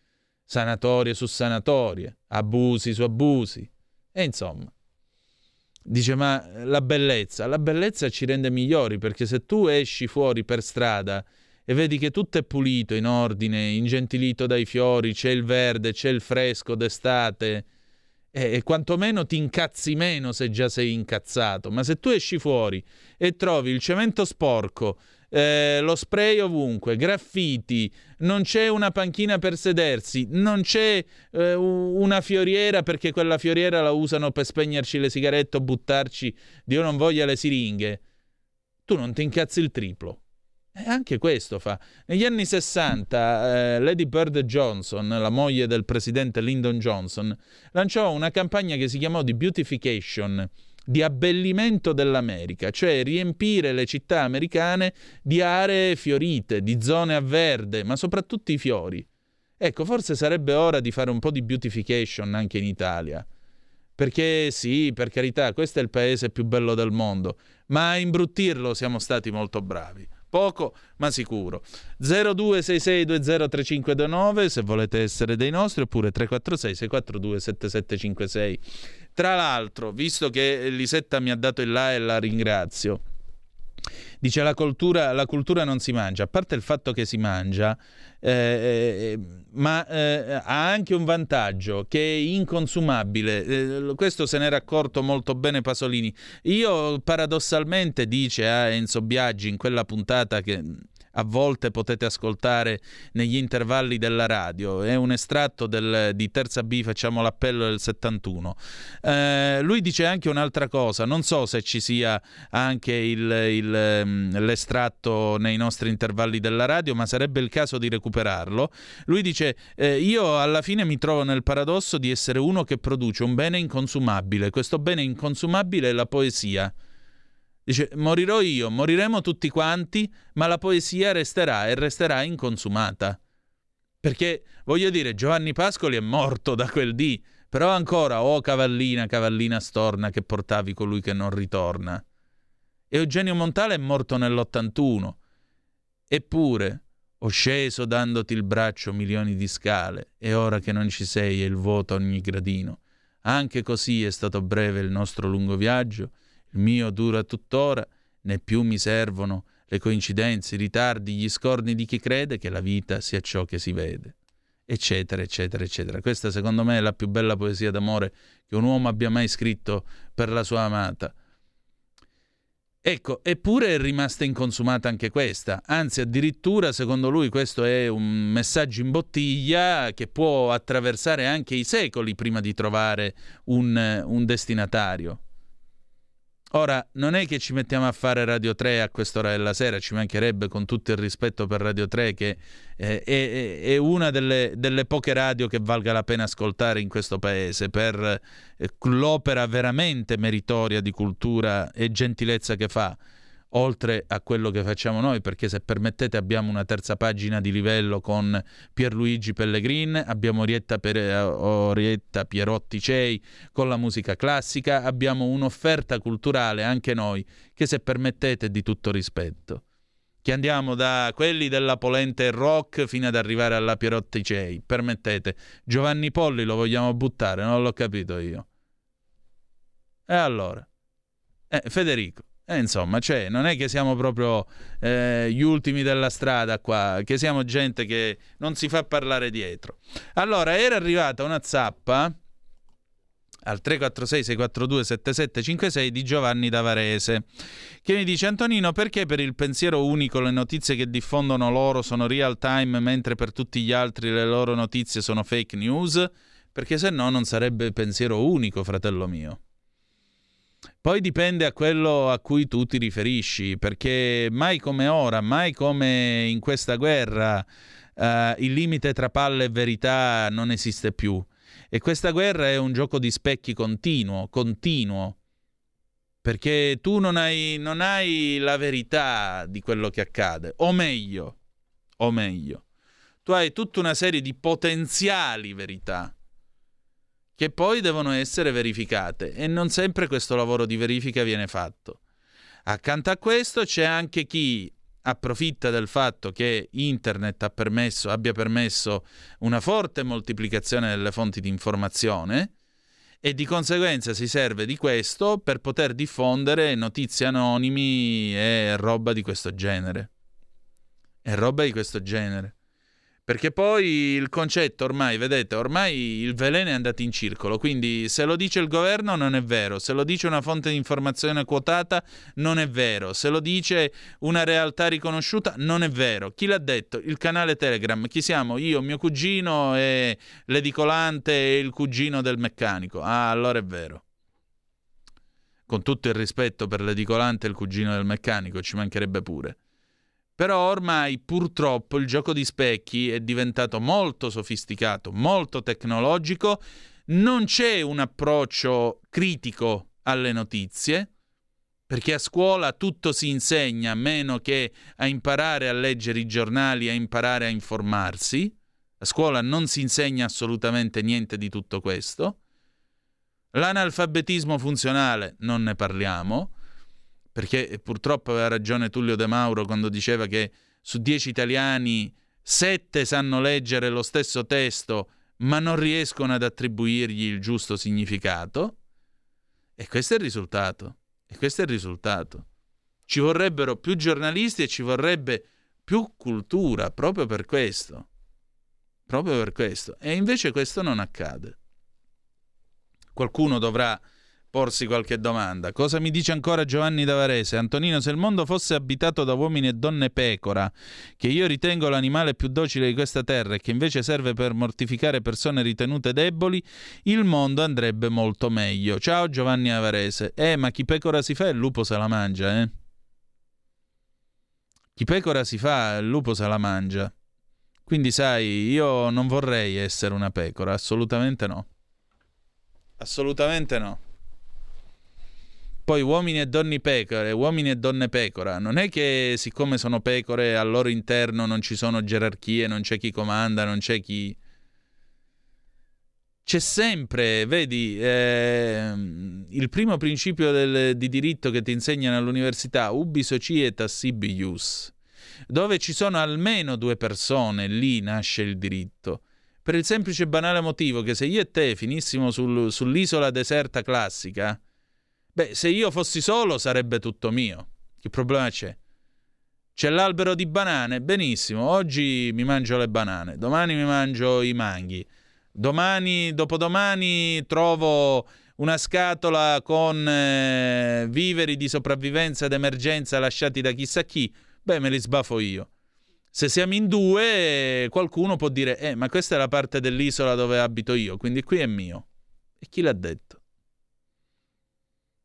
Sanatorie su sanatorie, abusi su abusi. E insomma... Dice, ma la bellezza, la bellezza ci rende migliori, perché se tu esci fuori per strada e vedi che tutto è pulito, in ordine, ingentilito dai fiori, c'è il verde, c'è il fresco d'estate, e, e quantomeno ti incazzi meno se già sei incazzato. Ma se tu esci fuori e trovi il cemento sporco, eh, lo spray ovunque, graffiti, non c'è una panchina per sedersi, non c'è eh, una fioriera perché quella fioriera la usano per spegnerci le sigarette o buttarci, Dio non voglia, le siringhe, tu non ti incazzi il triplo. E anche questo fa. Negli anni sessanta eh, Lady Bird Johnson, la moglie del presidente Lyndon Johnson, lanciò una campagna che si chiamò di beautification, di abbellimento dell'America, cioè riempire le città americane di aree fiorite, di zone a verde, ma soprattutto i fiori. Ecco, forse sarebbe ora di fare un po' di beautification anche in Italia. Perché sì, per carità, questo è il paese più bello del mondo, ma a imbruttirlo siamo stati molto bravi. Poco, ma sicuro. zero due sei sei due zero tre cinque due nove se volete essere dei nostri, oppure tre quattro sei sei quattro due sette sette cinque sei. Tra l'altro, visto che Lisetta mi ha dato il là e la ringrazio, dice la cultura, la cultura non si mangia, a parte il fatto che si mangia, eh, ma eh, ha anche un vantaggio, che è inconsumabile. Eh, questo se n'era accorto molto bene Pasolini. Io paradossalmente, dice a Enzo Biaggi in quella puntata che a volte potete ascoltare negli intervalli della radio, è un estratto del, di Terza B, facciamo l'appello del settantuno. Eh, lui dice anche un'altra cosa, non so se ci sia anche il, il, l'estratto nei nostri intervalli della radio, ma sarebbe il caso di recuperarlo. Lui dice, eh, io alla fine mi trovo nel paradosso di essere uno che produce un bene inconsumabile. Questo bene inconsumabile è la poesia. Dice, morirò io, moriremo tutti quanti, ma la poesia resterà e resterà inconsumata. Perché, voglio dire, Giovanni Pascoli è morto da quel dì, però ancora, oh cavallina, cavallina storna che portavi colui che non ritorna. E Eugenio Montale è morto nell'ottantuno. Eppure, ho sceso dandoti il braccio milioni di scale, e ora che non ci sei è il vuoto a ogni gradino. Anche così è stato breve il nostro lungo viaggio, il mio dura tuttora, né più mi servono le coincidenze, i ritardi, gli scorni di chi crede che la vita sia ciò che si vede, eccetera, eccetera, eccetera. Questa secondo me è la più bella poesia d'amore che un uomo abbia mai scritto per la sua amata. Ecco, eppure è rimasta inconsumata anche questa, anzi addirittura secondo lui questo è un messaggio in bottiglia che può attraversare anche i secoli prima di trovare un, un destinatario. Ora, non è che ci mettiamo a fare Radio tre a quest'ora della sera, ci mancherebbe, con tutto il rispetto per Radio tre, che eh, è, è una delle, delle poche radio che valga la pena ascoltare in questo paese, per eh, l'opera veramente meritoria di cultura e gentilezza che fa, oltre a quello che facciamo noi, perché se permettete abbiamo una terza pagina di livello con Pierluigi Pellegrin, abbiamo Orietta, Pere, Orietta Pierotti Cei con la musica classica, abbiamo un'offerta culturale anche noi che, se permettete, è di tutto rispetto, che andiamo da quelli della polente rock fino ad arrivare alla Pierotti Cei. Permettete, Giovanni Polli lo vogliamo buttare? Non l'ho capito io. E allora? Eh, Federico. Eh, insomma, cioè, non è che siamo proprio eh, gli ultimi della strada qua, che siamo gente che non si fa parlare dietro. Allora, era arrivata una zappa al tre quattro sei sei quattro due sette sette cinque sei di Giovanni da Varese, che mi dice: Antonino, perché per il pensiero unico le notizie che diffondono loro sono real time, mentre per tutti gli altri le loro notizie sono fake news? Perché se no non sarebbe pensiero unico, fratello mio. Poi dipende a quello a cui tu ti riferisci, perché mai come ora, mai come in questa guerra, uh, il limite tra palle e verità non esiste più. E questa guerra è un gioco di specchi continuo, continuo, perché tu non hai, non hai la verità di quello che accade, o meglio, o meglio, tu hai tutta una serie di potenziali verità che poi devono essere verificate, e non sempre questo lavoro di verifica viene fatto. Accanto a questo c'è anche chi approfitta del fatto che internet ha permesso, abbia permesso una forte moltiplicazione delle fonti di informazione, e di conseguenza si serve di questo per poter diffondere notizie anonimi e roba di questo genere. E roba di questo genere. Perché poi il concetto ormai, vedete, ormai il veleno è andato in circolo, quindi se lo dice il governo non è vero, se lo dice una fonte di informazione quotata non è vero, se lo dice una realtà riconosciuta non è vero. Chi l'ha detto? Il canale Telegram. Chi siamo? Io, mio cugino e l'edicolante e il cugino del meccanico. Ah, allora è vero. Con tutto il rispetto per l'edicolante e il cugino del meccanico, ci mancherebbe pure. Però ormai purtroppo il gioco di specchi è diventato molto sofisticato, molto tecnologico, non c'è un approccio critico alle notizie, perché a scuola tutto si insegna meno che a imparare a leggere i giornali, a imparare a informarsi. A scuola non si insegna assolutamente niente di tutto questo. L'analfabetismo funzionale non ne parliamo, perché purtroppo aveva ragione Tullio De Mauro quando diceva che su dieci italiani sette sanno leggere lo stesso testo ma non riescono ad attribuirgli il giusto significato. E questo è il risultato. E questo è il risultato. Ci vorrebbero più giornalisti e ci vorrebbe più cultura proprio per questo. Proprio per questo. E invece questo non accade. Qualcuno dovrà porsi qualche domanda. Cosa mi dice ancora Giovanni da Varese? Antonino, se il mondo fosse abitato da uomini e donne pecora, che io ritengo l'animale più docile di questa terra e che invece serve per mortificare persone ritenute deboli, il mondo andrebbe molto meglio. Ciao Giovanni da Varese. Eh, ma chi pecora si fa il lupo se la mangia, eh? Chi pecora si fa il lupo se la mangia. Quindi sai, io non vorrei essere una pecora, assolutamente no. Assolutamente no. Poi uomini e donne pecore, uomini e donne pecora, non è che siccome sono pecore al loro interno non ci sono gerarchie, non c'è chi comanda, non c'è chi... C'è sempre, vedi, eh, il primo principio del, di diritto che ti insegnano all'università, ubi societas sibi ius, dove ci sono almeno due persone, lì nasce il diritto. Per il semplice e banale motivo che se io e te finissimo sul, sull'isola deserta classica, beh, se io fossi solo sarebbe tutto mio. Che problema c'è? C'è l'albero di banane? Benissimo, oggi mi mangio le banane, domani mi mangio i manghi, domani, dopodomani trovo una scatola con eh, viveri di sopravvivenza ed emergenza lasciati da chissà chi, beh, me li sbafo io. Se siamo in due, qualcuno può dire, eh, ma questa è la parte dell'isola dove abito io, quindi qui è mio. E chi l'ha detto?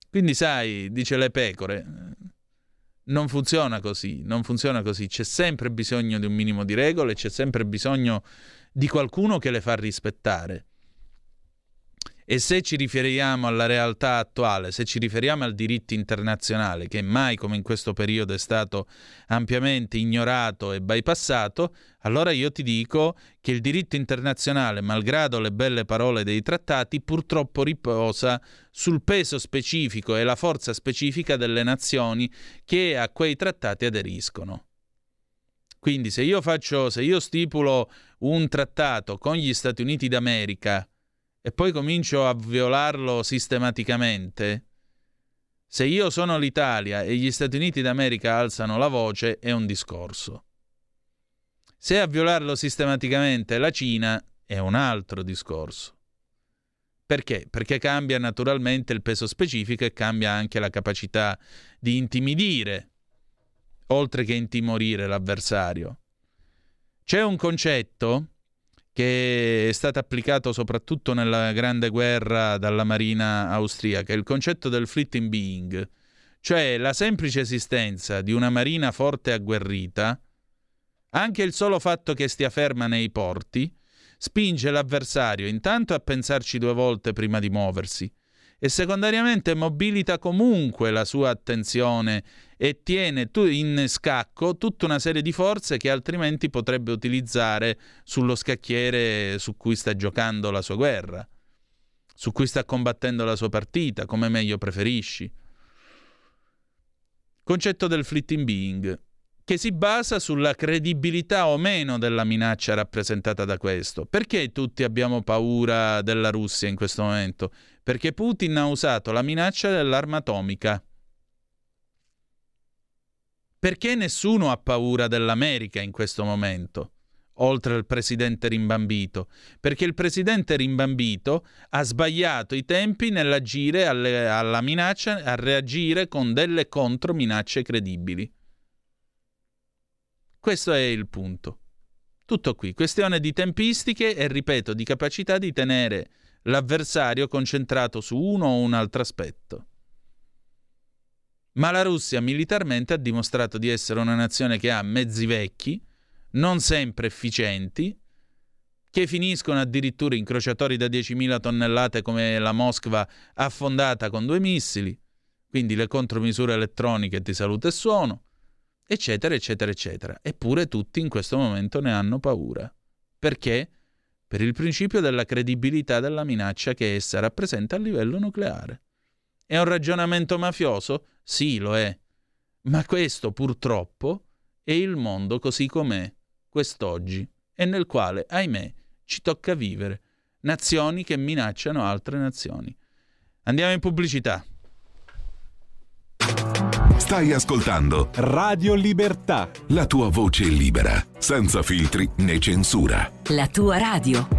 Quindi sai, dice le pecore, non funziona così, non funziona così, c'è sempre bisogno di un minimo di regole, c'è sempre bisogno di qualcuno che le fa rispettare. E se ci riferiamo alla realtà attuale, se ci riferiamo al diritto internazionale, che mai come in questo periodo è stato ampiamente ignorato e bypassato, allora io ti dico che il diritto internazionale, malgrado le belle parole dei trattati, purtroppo riposa sul peso specifico e la forza specifica delle nazioni che a quei trattati aderiscono. Quindi se io faccio, se io stipulo un trattato con gli Stati Uniti d'America e poi comincio a violarlo sistematicamente, se io sono l'Italia e gli Stati Uniti d'America alzano la voce, è un discorso. Se a violarlo sistematicamente è la Cina, è un altro discorso. Perché? Perché cambia naturalmente il peso specifico e cambia anche la capacità di intimidire, oltre che intimorire l'avversario. C'è un concetto che è stato applicato soprattutto nella Grande Guerra dalla Marina austriaca, il concetto del fleeting being, cioè la semplice esistenza di una marina forte e agguerrita, anche il solo fatto che stia ferma nei porti, spinge l'avversario intanto a pensarci due volte prima di muoversi e secondariamente mobilita comunque la sua attenzione e tiene in scacco tutta una serie di forze che altrimenti potrebbe utilizzare sullo scacchiere su cui sta giocando la sua guerra, su cui sta combattendo la sua partita, come meglio preferisci. Concetto del fleeting being, che si basa sulla credibilità o meno della minaccia rappresentata da questo. Perché tutti abbiamo paura della Russia in questo momento? Perché Putin ha usato la minaccia dell'arma atomica. Perché nessuno ha paura dell'America in questo momento, oltre al presidente rimbambito? Perché il presidente rimbambito ha sbagliato i tempi nell'agire alle, alla minaccia, a reagire con delle controminacce credibili. Questo è il punto. Tutto qui, questione di tempistiche e, ripeto, di capacità di tenere l'avversario concentrato su uno o un altro aspetto. Ma la Russia militarmente ha dimostrato di essere una nazione che ha mezzi vecchi, non sempre efficienti, che finiscono addirittura incrociatori da diecimila tonnellate come la Moskva affondata con due missili, quindi le contromisure elettroniche di salute e suono, eccetera, eccetera, eccetera. Eppure tutti in questo momento ne hanno paura. Perché? Per il principio della credibilità della minaccia che essa rappresenta a livello nucleare. È un ragionamento mafioso? Sì, lo è. Ma questo, purtroppo, è il mondo così com'è, quest'oggi, e nel quale, ahimè, ci tocca vivere. Nazioni che minacciano altre nazioni. Andiamo in pubblicità. Stai ascoltando Radio Libertà. La tua voce libera, senza filtri né censura. La tua radio.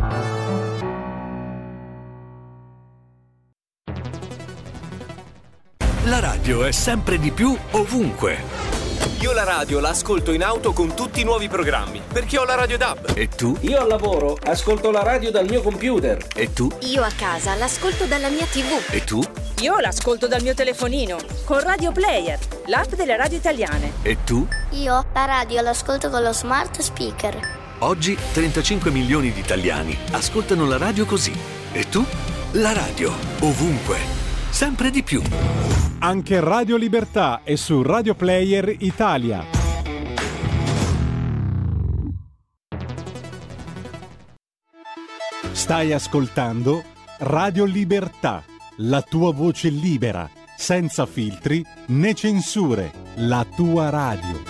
La radio è sempre di più ovunque. Io la radio la ascolto in auto con tutti i nuovi programmi, perché ho la Radio D A B. E tu? Io al lavoro ascolto la radio dal mio computer. E tu? Io a casa l'ascolto dalla mia tivù. E tu? Io l'ascolto dal mio telefonino, con Radio Player, l'app delle radio italiane. E tu? Io la radio l'ascolto con lo smart speaker. Oggi trentacinque milioni di italiani ascoltano la radio così. E tu? La radio, ovunque, sempre di più. Anche Radio Libertà è su Radio Player Italia. Stai ascoltando Radio Libertà, la tua voce libera, senza filtri né censure, la tua radio.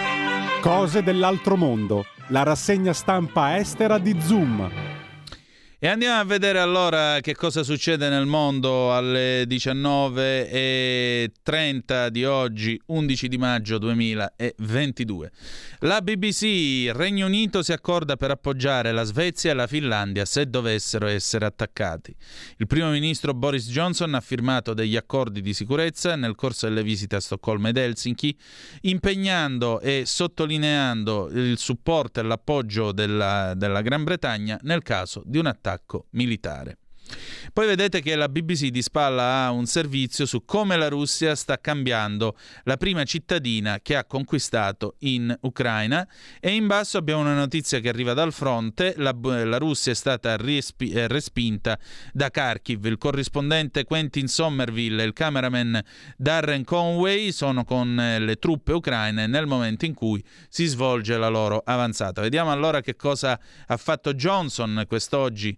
Cose dell'altro mondo, la rassegna stampa estera di Zoom. E andiamo a vedere allora che cosa succede nel mondo alle diciannove e trenta di oggi, undici di maggio duemilaventidue. La B B C: Regno Unito si accorda per appoggiare la Svezia e la Finlandia se dovessero essere attaccati. Il primo ministro Boris Johnson ha firmato degli accordi di sicurezza nel corso delle visite a Stoccolma ed Helsinki, impegnando e sottolineando il supporto e l'appoggio della, della Gran Bretagna nel caso di un attacco militare. Poi vedete che la B B C di spalla ha un servizio su come la Russia sta cambiando la prima cittadina che ha conquistato in Ucraina, e in basso abbiamo una notizia che arriva dal fronte: la, la Russia è stata rispi, eh, respinta da Kharkiv. Il corrispondente Quentin Somerville e il cameraman Darren Conway sono con eh, le truppe ucraine nel momento in cui si svolge la loro avanzata. Vediamo allora che cosa ha fatto Johnson quest'oggi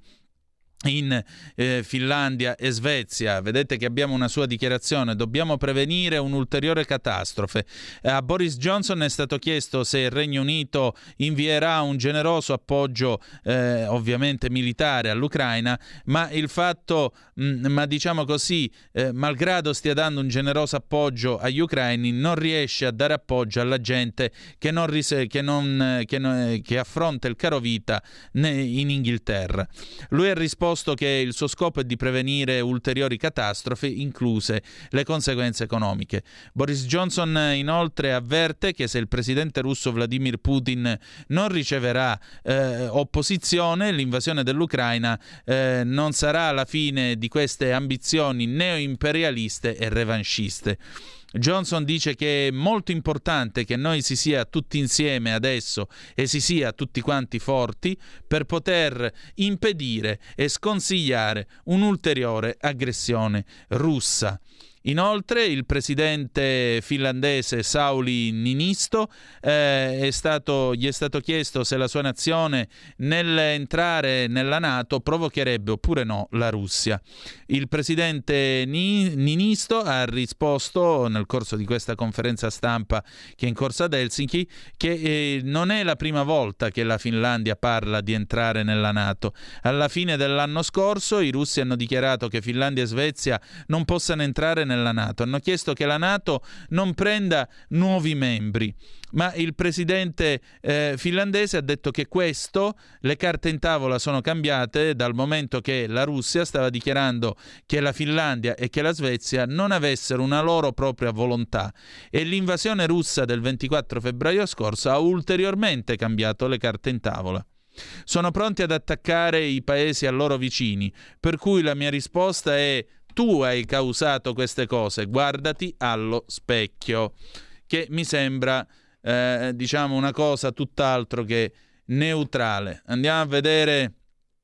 in eh, Finlandia e Svezia. Vedete che abbiamo una sua dichiarazione: dobbiamo prevenire un'ulteriore catastrofe. Eh, a Boris Johnson è stato chiesto se il Regno Unito invierà un generoso appoggio eh, ovviamente militare all'Ucraina, ma il fatto, mh, ma diciamo così, eh, malgrado stia dando un generoso appoggio agli ucraini, non riesce a dare appoggio alla gente che, non rise- che, non, che, no- che affronta il carovita in Inghilterra. Lui ha risposto che il suo scopo è di prevenire ulteriori catastrofi, incluse le conseguenze economiche. Boris Johnson inoltre avverte che se il presidente russo Vladimir Putin non riceverà eh, opposizione, l'invasione dell'Ucraina eh, non sarà la fine di queste ambizioni neoimperialiste e revanchiste. Johnson dice che è molto importante che noi si sia tutti insieme adesso e si sia tutti quanti forti per poter impedire e sconsigliare un'ulteriore aggressione russa. Inoltre il presidente finlandese Sauli Niinisto eh, è stato, gli è stato chiesto se la sua nazione nell'entrare nella NATO provocherebbe oppure no la Russia. Il presidente Ni, Niinisto ha risposto nel corso di questa conferenza stampa che è in corso ad Helsinki che eh, non è la prima volta che la Finlandia parla di entrare nella NATO. Alla fine dell'anno scorso i russi hanno dichiarato che Finlandia e Svezia non possano entrare nella NATO. Hanno chiesto che la NATO non prenda nuovi membri, ma il presidente eh, finlandese ha detto che questo, le carte in tavola sono cambiate dal momento che la Russia stava dichiarando che la Finlandia e che la Svezia non avessero una loro propria volontà, e l'invasione russa del ventiquattro febbraio scorso ha ulteriormente cambiato le carte in tavola. Sono pronti ad attaccare i paesi a loro vicini, per cui la mia risposta è: tu hai causato queste cose, guardati allo specchio, che mi sembra eh, diciamo una cosa tutt'altro che neutrale. Andiamo a vedere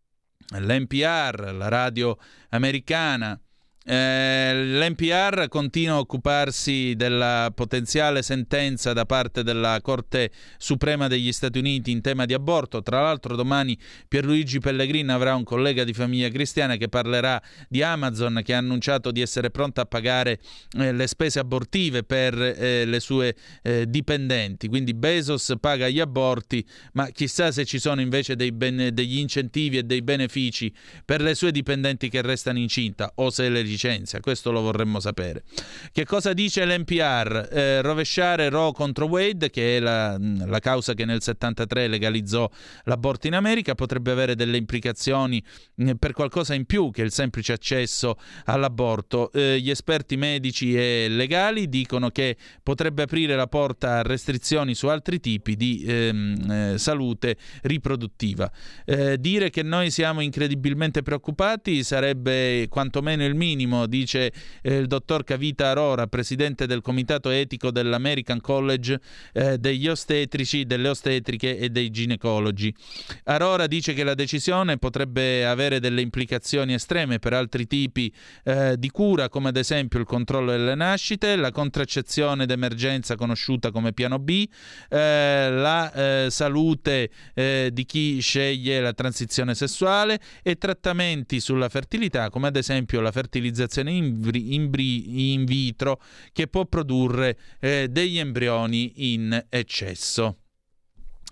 l'N P R, la radio americana. Eh, L'N P R continua a occuparsi della potenziale sentenza da parte della Corte Suprema degli Stati Uniti in tema di aborto. Tra l'altro domani Pierluigi Pellegrini avrà un collega di Famiglia Cristiana che parlerà di Amazon, che ha annunciato di essere pronta a pagare eh, le spese abortive per eh, le sue eh, dipendenti. Quindi Bezos paga gli aborti, ma chissà se ci sono invece dei ben- degli incentivi e dei benefici per le sue dipendenti che restano incinta, o se le licenzia. Questo lo vorremmo sapere. Che cosa dice l'N P R? Eh, rovesciare Roe contro Wade, che è la, la causa che nel settantatré legalizzò l'aborto in America, potrebbe avere delle implicazioni eh, per qualcosa in più che il semplice accesso all'aborto. Eh, gli esperti medici e legali dicono che potrebbe aprire la porta a restrizioni su altri tipi di ehm, eh, salute riproduttiva. Eh, dire che noi siamo incredibilmente preoccupati sarebbe quantomeno il minimo, dice eh, il dottor Kavita Arora, presidente del comitato etico dell'American College eh, degli ostetrici, delle ostetriche e dei ginecologi. Arora dice che la decisione potrebbe avere delle implicazioni estreme per altri tipi eh, di cura, come ad esempio il controllo delle nascite, la contraccezione d'emergenza conosciuta come piano B, eh, la eh, salute eh, di chi sceglie la transizione sessuale e trattamenti sulla fertilità, come ad esempio la fertilizzazione in, in, in vitro, che può produrre eh, degli embrioni in eccesso.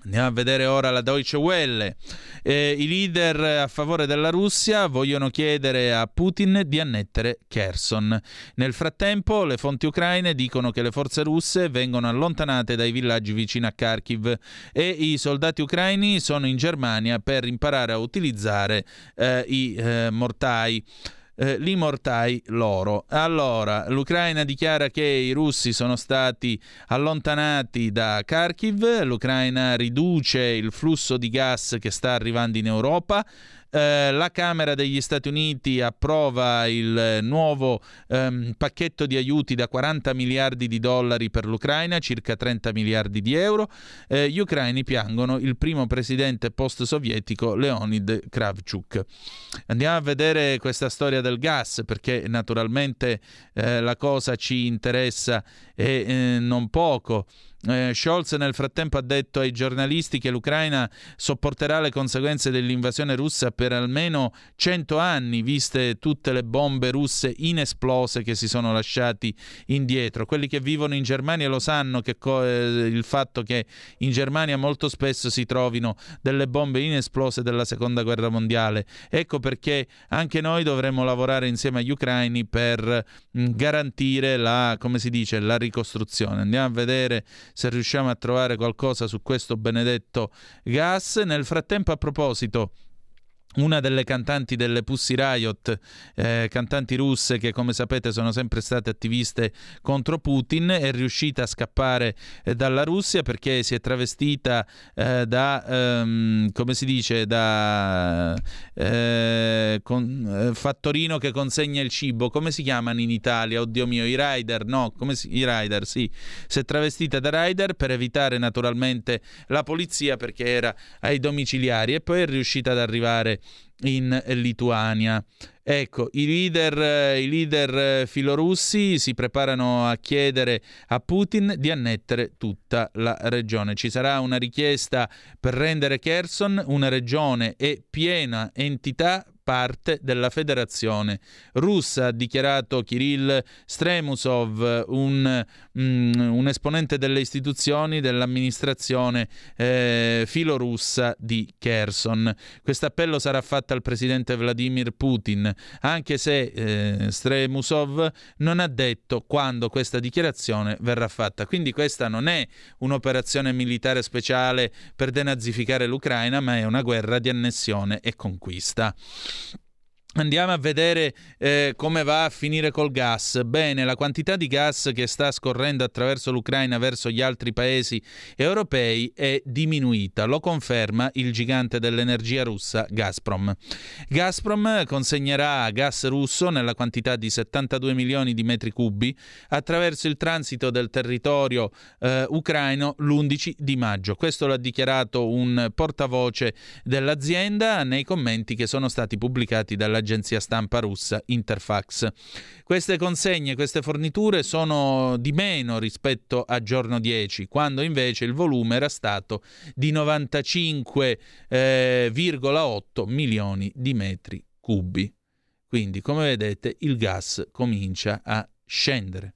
Andiamo a vedere ora la Deutsche Welle. Eh, I leader a favore della Russia vogliono chiedere a Putin di annettere Kherson. Nel frattempo, le fonti ucraine dicono che le forze russe vengono allontanate dai villaggi vicini a Kharkiv e i soldati ucraini sono in Germania per imparare a utilizzare eh, i eh, mortai. Eh, li mortai loro. Allora, l'Ucraina dichiara che i russi sono stati allontanati da Kharkiv, l'Ucraina riduce il flusso di gas che sta arrivando in Europa. Eh, la Camera degli Stati Uniti approva il nuovo ehm, pacchetto di aiuti da quaranta miliardi di dollari per l'Ucraina, circa trenta miliardi di euro. Eh, gli ucraini piangono il primo presidente post-sovietico Leonid Kravchuk. Andiamo a vedere questa storia del gas, perché naturalmente eh, la cosa ci interessa e eh, non poco. Eh, Scholz nel frattempo ha detto ai giornalisti che l'Ucraina sopporterà le conseguenze dell'invasione russa per almeno cento anni, viste tutte le bombe russe inesplose che si sono lasciati indietro. Quelli che vivono in Germania lo sanno, che co- eh, il fatto che in Germania molto spesso si trovino delle bombe inesplose della seconda guerra mondiale. Ecco perché anche noi dovremmo lavorare insieme agli ucraini per mh, garantire la, come si dice, la ricostruzione. Andiamo a vedere se riusciamo a trovare qualcosa su questo benedetto gas. Nel frattempo, a proposito, una delle cantanti delle Pussy Riot, eh, cantanti russe che come sapete sono sempre state attiviste contro Putin, è riuscita a scappare eh, dalla Russia perché si è travestita eh, da, ehm, come si dice, da eh, con, eh, fattorino che consegna il cibo. Come si chiamano in Italia? Oddio mio, i rider, no, come si, i rider, sì. Si è travestita da rider per evitare naturalmente la polizia perché era ai domiciliari e poi è riuscita ad arrivare in Lituania. Ecco, i leader, i leader filorussi si preparano a chiedere a Putin di annettere tutta la regione. Ci sarà una richiesta per rendere Kherson una regione e piena entità parte della federazione russa, ha dichiarato Kirill Stremusov, un, um, un esponente delle istituzioni dell'amministrazione eh, filorussa di Kherson. Questo appello sarà fatto al presidente Vladimir Putin, anche se eh, Stremusov non ha detto quando questa dichiarazione verrà fatta. Quindi questa non è un'operazione militare speciale per denazificare l'Ucraina, ma è una guerra di annessione e conquista. Andiamo a vedere eh, come va a finire col gas. Bene, la quantità di gas che sta scorrendo attraverso l'Ucraina verso gli altri paesi europei è diminuita. Lo conferma il gigante dell'energia russa Gazprom. Gazprom consegnerà gas russo nella quantità di settantadue milioni di metri cubi attraverso il transito del territorio eh, ucraino l'undici di maggio. Questo l'ha dichiarato un portavoce dell'azienda nei commenti che sono stati pubblicati dalla agenzia stampa russa Interfax. Queste consegne, queste forniture sono di meno rispetto a giorno dieci, quando invece il volume era stato di novantacinque virgola otto milioni di metri cubi. Quindi, come vedete, il gas comincia a scendere.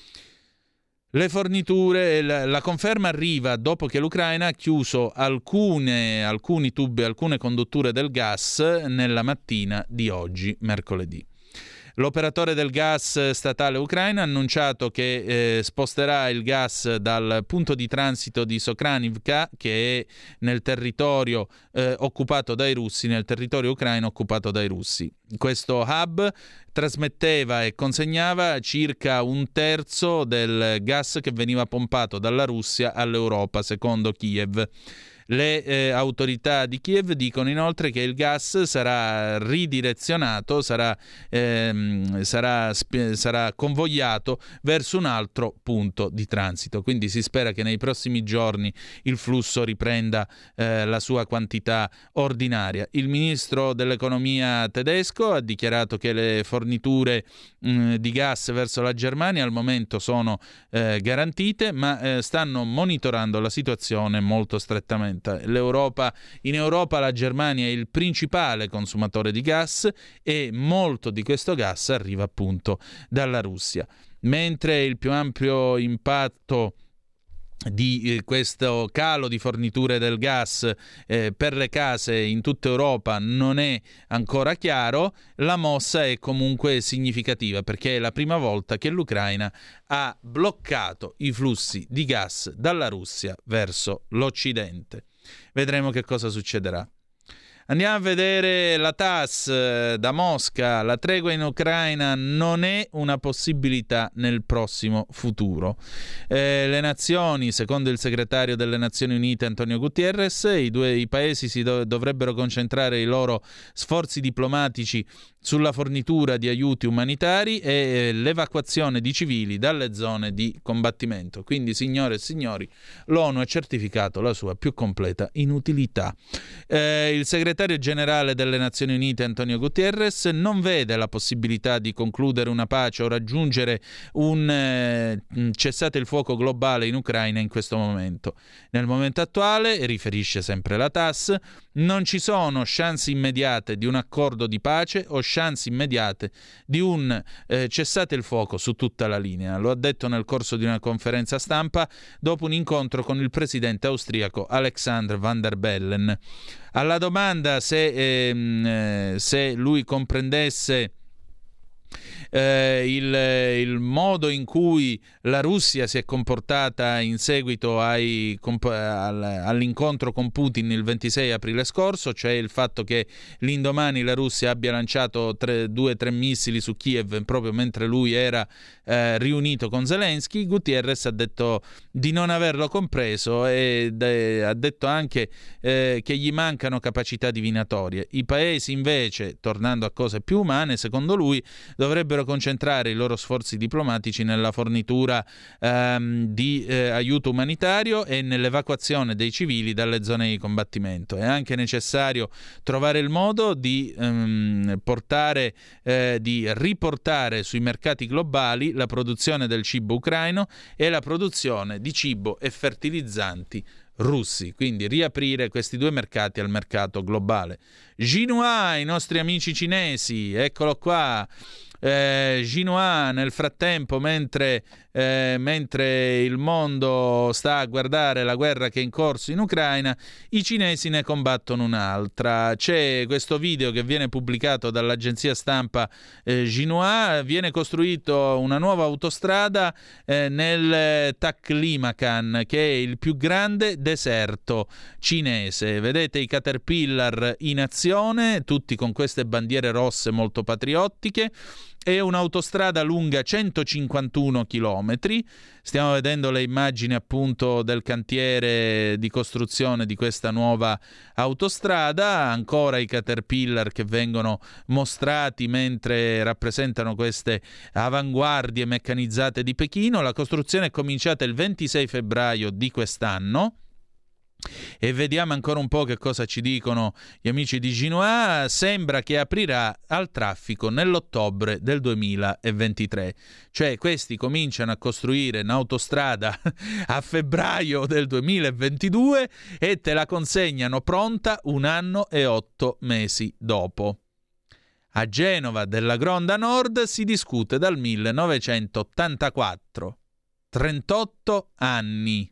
Le forniture, la conferma arriva dopo che l'Ucraina ha chiuso alcune, alcuni tubi, alcune condutture del gas nella mattina di oggi, mercoledì. L'operatore del gas statale ucraino ha annunciato che eh, sposterà il gas dal punto di transito di Sokranivka, che è nel territorio eh, occupato dai russi, nel territorio ucraino occupato dai russi. Questo hub trasmetteva e consegnava circa un terzo del gas che veniva pompato dalla Russia all'Europa, secondo Kiev. Le eh, autorità di Kiev dicono inoltre che il gas sarà ridirezionato, sarà, ehm, sarà, sp- sarà convogliato verso un altro punto di transito. Quindi si spera che nei prossimi giorni il flusso riprenda eh, la sua quantità ordinaria. Il ministro dell'economia tedesco ha dichiarato che le forniture mh, di gas verso la Germania al momento sono eh, garantite, ma eh, stanno monitorando la situazione molto strettamente. L'Europa, in Europa la Germania è il principale consumatore di gas e molto di questo gas arriva appunto dalla Russia. Mentre il più ampio impatto di questo calo di forniture del gas eh, per le case in tutta Europa non è ancora chiaro. La mossa è comunque significativa perché è la prima volta che l'Ucraina ha bloccato i flussi di gas dalla Russia verso l'Occidente. Vedremo che cosa succederà. Andiamo a vedere la T A S eh, da Mosca. La tregua in Ucraina non è una possibilità nel prossimo futuro. Eh, le nazioni, secondo il segretario delle Nazioni Unite Antonio Guterres, i due i paesi si do- dovrebbero concentrare i loro sforzi diplomatici sulla fornitura di aiuti umanitari e eh, l'evacuazione di civili dalle zone di combattimento. Quindi, signore e signori, l'ONU ha certificato la sua più completa inutilità. Eh, il segretario generale delle Nazioni Unite Antonio Guterres non vede la possibilità di concludere una pace o raggiungere un eh, cessate il fuoco globale in Ucraina in questo momento. Nel momento attuale, riferisce sempre la T A S, non ci sono chance immediate di un accordo di pace o chance immediate di un eh, cessate il fuoco su tutta la linea. Lo ha detto nel corso di una conferenza stampa dopo un incontro con il presidente austriaco Alexander Van der Bellen. Alla domanda se, ehm, se lui comprendesse Eh, il, il modo in cui la Russia si è comportata in seguito ai, comp- al, all'incontro con Putin il ventisei aprile scorso, cioè il fatto che l'indomani la Russia abbia lanciato tre, due o tre missili su Kiev proprio mentre lui era eh, riunito con Zelensky, Gutierrez ha detto di non averlo compreso e de- ha detto anche eh, che gli mancano capacità divinatorie. I paesi invece, tornando a cose più umane, secondo lui dovrebbero concentrare i loro sforzi diplomatici nella fornitura ehm, di eh, aiuto umanitario e nell'evacuazione dei civili dalle zone di combattimento. È anche necessario trovare il modo di ehm, portare, eh, di riportare sui mercati globali la produzione del cibo ucraino e la produzione di cibo e fertilizzanti russi, quindi riaprire questi due mercati al mercato globale. Jinhua, i nostri amici cinesi, eccolo qua. Eh, Jinhua, nel frattempo, mentre, eh, mentre il mondo sta a guardare la guerra che è in corso in Ucraina, i cinesi ne combattono un'altra. C'è questo video che viene pubblicato dall'agenzia stampa eh, Jinhua. Viene costruito una nuova autostrada eh, nel Taklamakan, che è il più grande deserto cinese. Vedete i Caterpillar in azione, tutti con queste bandiere rosse molto patriottiche. È un'autostrada lunga centocinquantuno chilometri. Stiamo vedendo le immagini appunto del cantiere di costruzione di questa nuova autostrada. Ancora i Caterpillar che vengono mostrati mentre rappresentano queste avanguardie meccanizzate di Pechino. La costruzione è cominciata il ventisei febbraio di quest'anno. E vediamo ancora un po' che cosa ci dicono gli amici di Jinhua. Sembra che aprirà al traffico nell'ottobre del duemilaventitré, cioè questi cominciano a costruire un'autostrada a febbraio del duemilaventidue e te la consegnano pronta un anno e otto mesi dopo. A Genova della Gronda Nord si discute dal millenovecentottantaquattro, trentotto anni.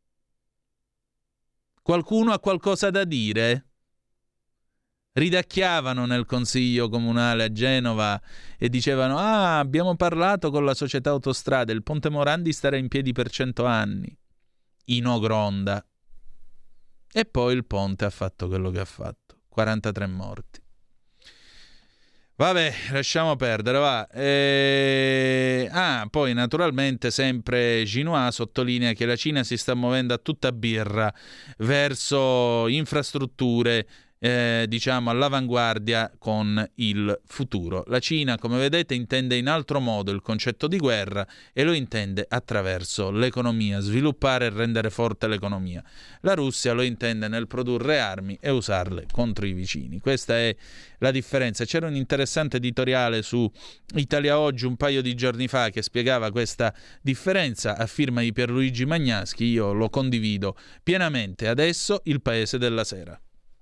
Qualcuno ha qualcosa da dire? Ridacchiavano nel consiglio comunale a Genova e dicevano: ah, abbiamo parlato con la società autostrade, il Ponte Morandi starà in piedi per cento anni. Ino Gronda. E poi il ponte ha fatto quello che ha fatto. quarantatré morti. Vabbè, lasciamo perdere, va. E... Ah, poi naturalmente sempre Jinhua sottolinea che la Cina si sta muovendo a tutta birra verso infrastrutture Eh, diciamo all'avanguardia con il futuro. La Cina, come vedete, intende in altro modo il concetto di guerra e lo intende attraverso l'economia, sviluppare e rendere forte l'economia. La Russia lo intende nel produrre armi e usarle contro i vicini. Questa è la differenza. C'era un interessante editoriale su Italia Oggi un paio di giorni fa che spiegava questa differenza a firma di Pierluigi Magnaschi. Io lo condivido pienamente. Adesso il Paese della Sera.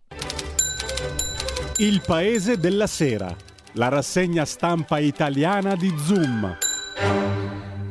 Il Paese della Sera, la rassegna stampa italiana di Zoom.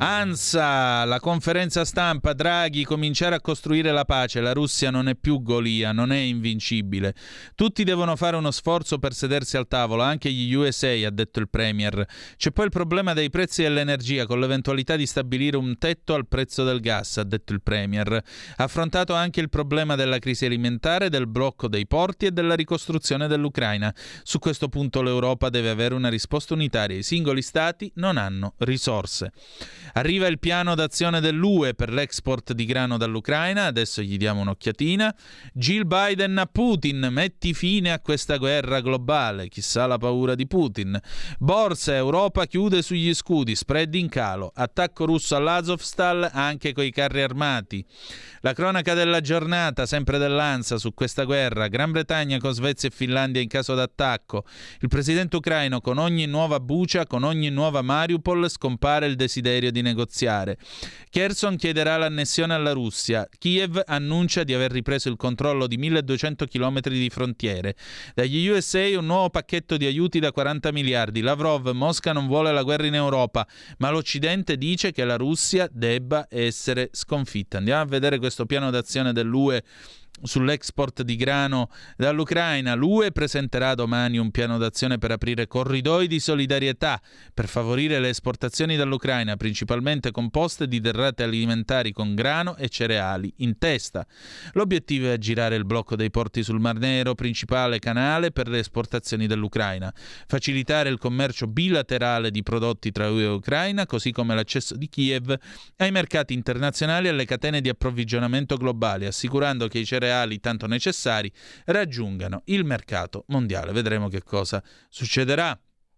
ANSA, la conferenza stampa, Draghi, cominciare a costruire la pace, la Russia non è più Golia, non è invincibile. Tutti devono fare uno sforzo per sedersi al tavolo, anche gli U S A, ha detto il Premier. C'è poi il problema dei prezzi dell'energia, con l'eventualità di stabilire un tetto al prezzo del gas, ha detto il Premier. Ha affrontato anche il problema della crisi alimentare, del blocco dei porti e della ricostruzione dell'Ucraina. Su questo punto l'Europa deve avere una risposta unitaria, i singoli stati non hanno risorse. Arriva il piano d'azione dell'U E per l'export di grano dall'Ucraina, adesso gli diamo un'occhiatina. Jill Biden a Putin, metti fine a questa guerra globale, chissà la paura di Putin. Borsa, Europa chiude sugli scudi, spread in calo, attacco russo all'Azovstal anche coi carri armati. La cronaca della giornata, sempre dell'ANSA, su questa guerra, Gran Bretagna con Svezia e Finlandia in caso d'attacco. Il presidente ucraino, con ogni nuova Bucha, con ogni nuova Mariupol, scompare il desiderio di negoziare. Kherson chiederà l'annessione alla Russia. Kiev annuncia di aver ripreso il controllo di milleduecento chilometri di frontiere. Dagli U S A un nuovo pacchetto di aiuti da quaranta miliardi. Lavrov, Mosca non vuole la guerra in Europa, ma l'Occidente dice che la Russia debba essere sconfitta. Andiamo a vedere questo piano d'azione dell'U E sull'export di grano dall'Ucraina. L'U E presenterà domani un piano d'azione per aprire corridoi di solidarietà per favorire le esportazioni dall'Ucraina, principalmente composte di derrate alimentari con grano e cereali in testa. L'obiettivo è aggirare il blocco dei porti sul Mar Nero, principale canale per le esportazioni dell'Ucraina, facilitare il commercio bilaterale di prodotti tra U E e Ucraina, così come l'accesso di Kiev ai mercati internazionali e alle catene di approvvigionamento globali, assicurando che i cereali tanto necessari raggiungano il mercato mondiale. Vedremo che cosa succederà.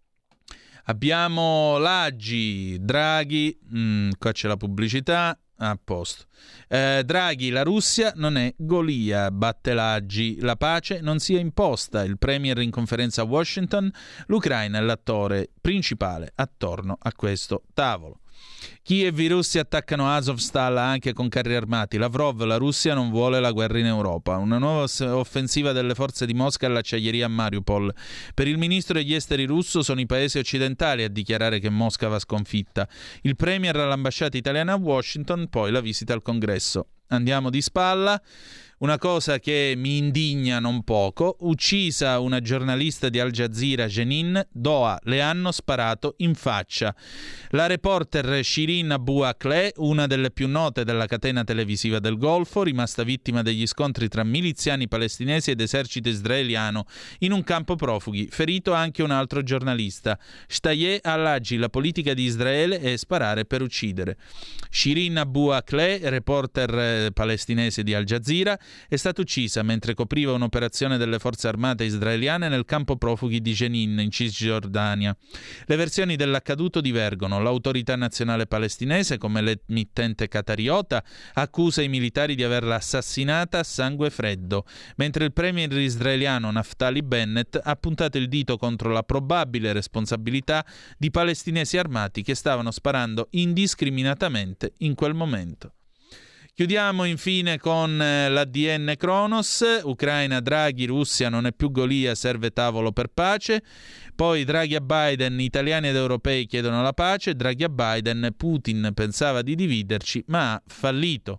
Abbiamo l'Aggi, Draghi, mm, qua c'è la pubblicità, a posto. Eh, Draghi, la Russia non è Golia, batte l'Aggi, la pace non sia imposta. Il Premier in conferenza a Washington, l'Ucraina è l'attore principale attorno a questo tavolo. Kiev, i russi attaccano Azovstal anche con carri armati. Lavrov, la Russia non vuole la guerra in Europa. Una nuova offensiva delle forze di Mosca all'acciaieria a Mariupol. Per il ministro degli esteri russo sono i paesi occidentali a dichiarare che Mosca va sconfitta. Il premier all'ambasciata italiana a Washington, poi la visita al Congresso. Andiamo di spalla. Una cosa che mi indigna non poco: uccisa una giornalista di Al Jazeera, Jenin, Doha, le hanno sparato in faccia. La reporter Shirin Abu Akleh, una delle più note della catena televisiva del Golfo, rimasta vittima degli scontri tra miliziani palestinesi ed esercito israeliano in un campo profughi, ferito anche un altro giornalista. Shtayeh Al-Haggi, la politica di Israele è sparare per uccidere. Shirin Abu Akleh, reporter palestinese di Al Jazeera, è stata uccisa mentre copriva un'operazione delle forze armate israeliane nel campo profughi di Jenin, in Cisgiordania. Le versioni dell'accaduto divergono. L'autorità nazionale palestinese, come l'emittente qatariota, accusa i militari di averla assassinata a sangue freddo, mentre il premier israeliano Naftali Bennett ha puntato il dito contro la probabile responsabilità di palestinesi armati che stavano sparando indiscriminatamente in quel momento. Chiudiamo infine con l'A D N Kronos, Ucraina, Draghi, Russia non è più Golia, serve tavolo per pace. Poi Draghi a Biden, italiani ed europei chiedono la pace. Draghi a Biden, Putin pensava di dividerci ma ha fallito.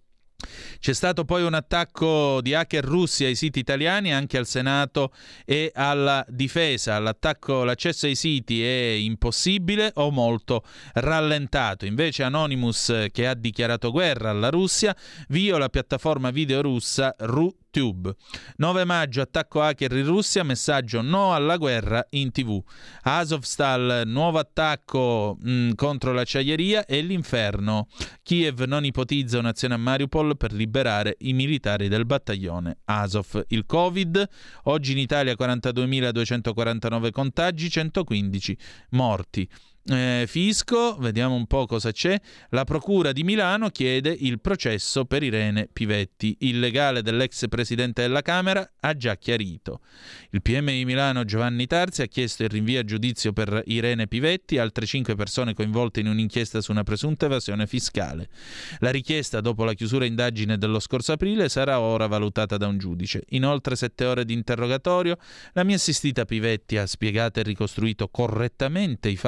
C'è stato poi un attacco di hacker russi ai siti italiani, anche al Senato e alla difesa. L'attacco, l'accesso ai siti è impossibile o molto rallentato. Invece Anonymous, che ha dichiarato guerra alla Russia, viola la piattaforma video russa RuTube. nove maggio, attacco hacker in Russia, messaggio no alla guerra in tv. Azovstal, nuovo attacco mh, contro l'acciaieria e l'inferno. Kiev non ipotizza un'azione a Mariupol per liberare i militari del battaglione Azov. Il Covid, oggi in Italia quarantaduemiladuecentoquarantanove contagi, centoquindici morti. Eh, fisco, vediamo un po' cosa c'è. La procura di Milano chiede il processo per Irene Pivetti. Il legale dell'ex presidente della Camera ha già chiarito. Il P M di Milano Giovanni Tarzi ha chiesto il rinvio a giudizio per Irene Pivetti e altre cinque persone coinvolte in un'inchiesta su una presunta evasione fiscale. La richiesta, dopo la chiusura indagine dello scorso aprile, sarà ora valutata da un giudice. In oltre sette ore di interrogatorio, la mia assistita Pivetti ha spiegato e ricostruito correttamente i fatti che le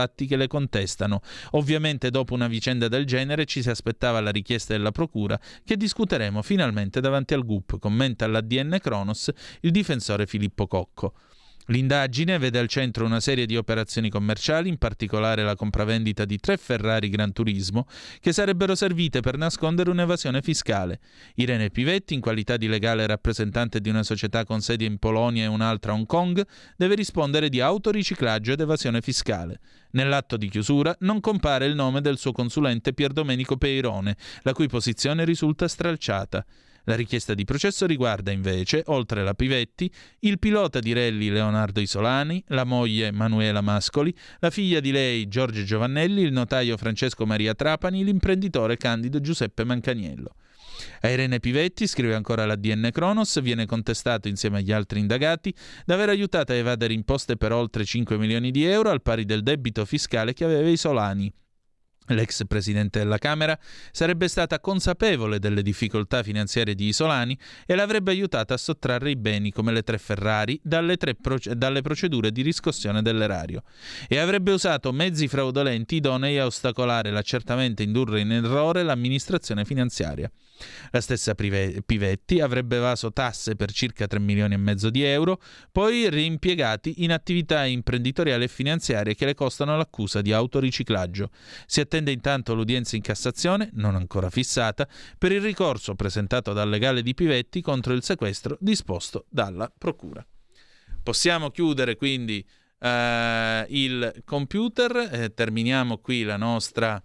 le contestano. Ovviamente dopo una vicenda del genere ci si aspettava la richiesta della procura, che discuteremo finalmente davanti al G U P, commenta all'A D N Cronos il difensore Filippo Cocco. L'indagine vede al centro una serie di operazioni commerciali, in particolare la compravendita di tre Ferrari Gran Turismo, che sarebbero servite per nascondere un'evasione fiscale. Irene Pivetti, in qualità di legale rappresentante di una società con sede in Polonia e un'altra a Hong Kong, deve rispondere di autoriciclaggio ed evasione fiscale. Nell'atto di chiusura non compare il nome del suo consulente Pierdomenico Peirone, la cui posizione risulta stralciata. La richiesta di processo riguarda invece, oltre la Pivetti, il pilota di rally Leonardo Isolani, la moglie Manuela Mascoli, la figlia di lei Giorgio Giovannelli, il notaio Francesco Maria Trapani, l'imprenditore Candido Giuseppe Mancaniello. A Irene Pivetti, scrive ancora l'A D N Cronos, viene contestato insieme agli altri indagati d'aver aiutato a evadere imposte per oltre cinque milioni di euro, al pari del debito fiscale che aveva Isolani. L'ex presidente della Camera sarebbe stata consapevole delle difficoltà finanziarie di Isolani e l'avrebbe aiutata a sottrarre i beni come le tre Ferrari dalle, tre proce- dalle procedure di riscossione dell'erario e avrebbe usato mezzi fraudolenti idonei a ostacolare l'accertamento e indurre in errore l'amministrazione finanziaria. La stessa Pivetti avrebbe evaso tasse per circa tre milioni e mezzo di euro, poi reimpiegati in attività imprenditoriali e finanziarie che le costano l'accusa di autoriciclaggio. Si attende intanto l'udienza in Cassazione, non ancora fissata, per il ricorso presentato dal legale di Pivetti contro il sequestro disposto dalla Procura. Possiamo chiudere quindi uh, il computer, eh, terminiamo qui la nostra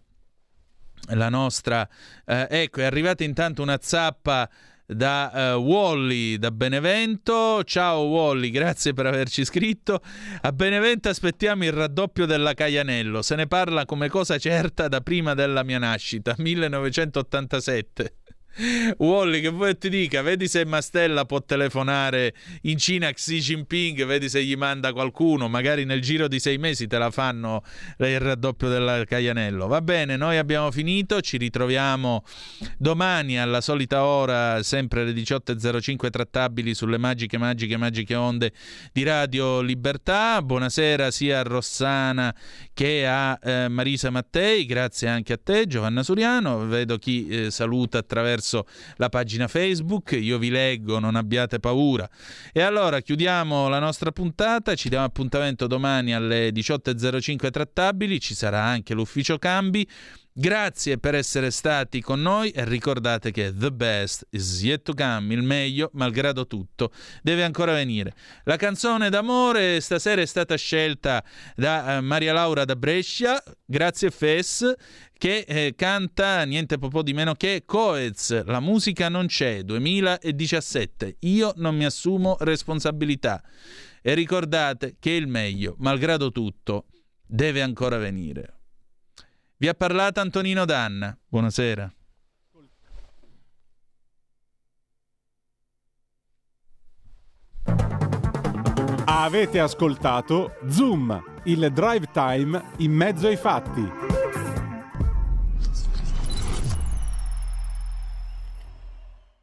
la nostra eh, ecco, è arrivata intanto una zappa da uh, Wally da Benevento. Ciao Wally, grazie per averci scritto. A Benevento aspettiamo il raddoppio della Caianello, se ne parla come cosa certa da prima della mia nascita, millenovecentottantasette. Wally, che vuoi ti dica? Vedi se Mastella può telefonare in Cina a Xi Jinping, vedi se gli manda qualcuno, magari nel giro di sei mesi te la fanno il raddoppio della Caianello. Va bene, noi abbiamo finito, ci ritroviamo domani alla solita ora, sempre alle diciotto e zero cinque, trattabili sulle magiche magiche magiche onde di Radio Libertà. Buonasera sia a Rossana che a eh, Marisa Mattei, grazie anche a te Giovanna Suriano, vedo chi eh, saluta attraverso la pagina Facebook, io vi leggo, non abbiate paura. E allora chiudiamo la nostra puntata, ci diamo appuntamento domani alle diciotto e zero cinque trattabili, ci sarà anche l'ufficio cambi. Grazie per essere stati con noi e ricordate che the best is yet to come, il meglio, malgrado tutto, deve ancora venire. La canzone d'amore stasera è stata scelta da uh, Maria Laura da Brescia, grazie Fes, che eh, canta niente po' di meno che Coez, La musica non c'è, duemiladiciassette. Io non mi assumo responsabilità. E ricordate che il meglio, malgrado tutto, deve ancora venire. Vi ha parlato Antonino Danna. Buonasera. Avete ascoltato Zoom, il drive time in mezzo ai fatti.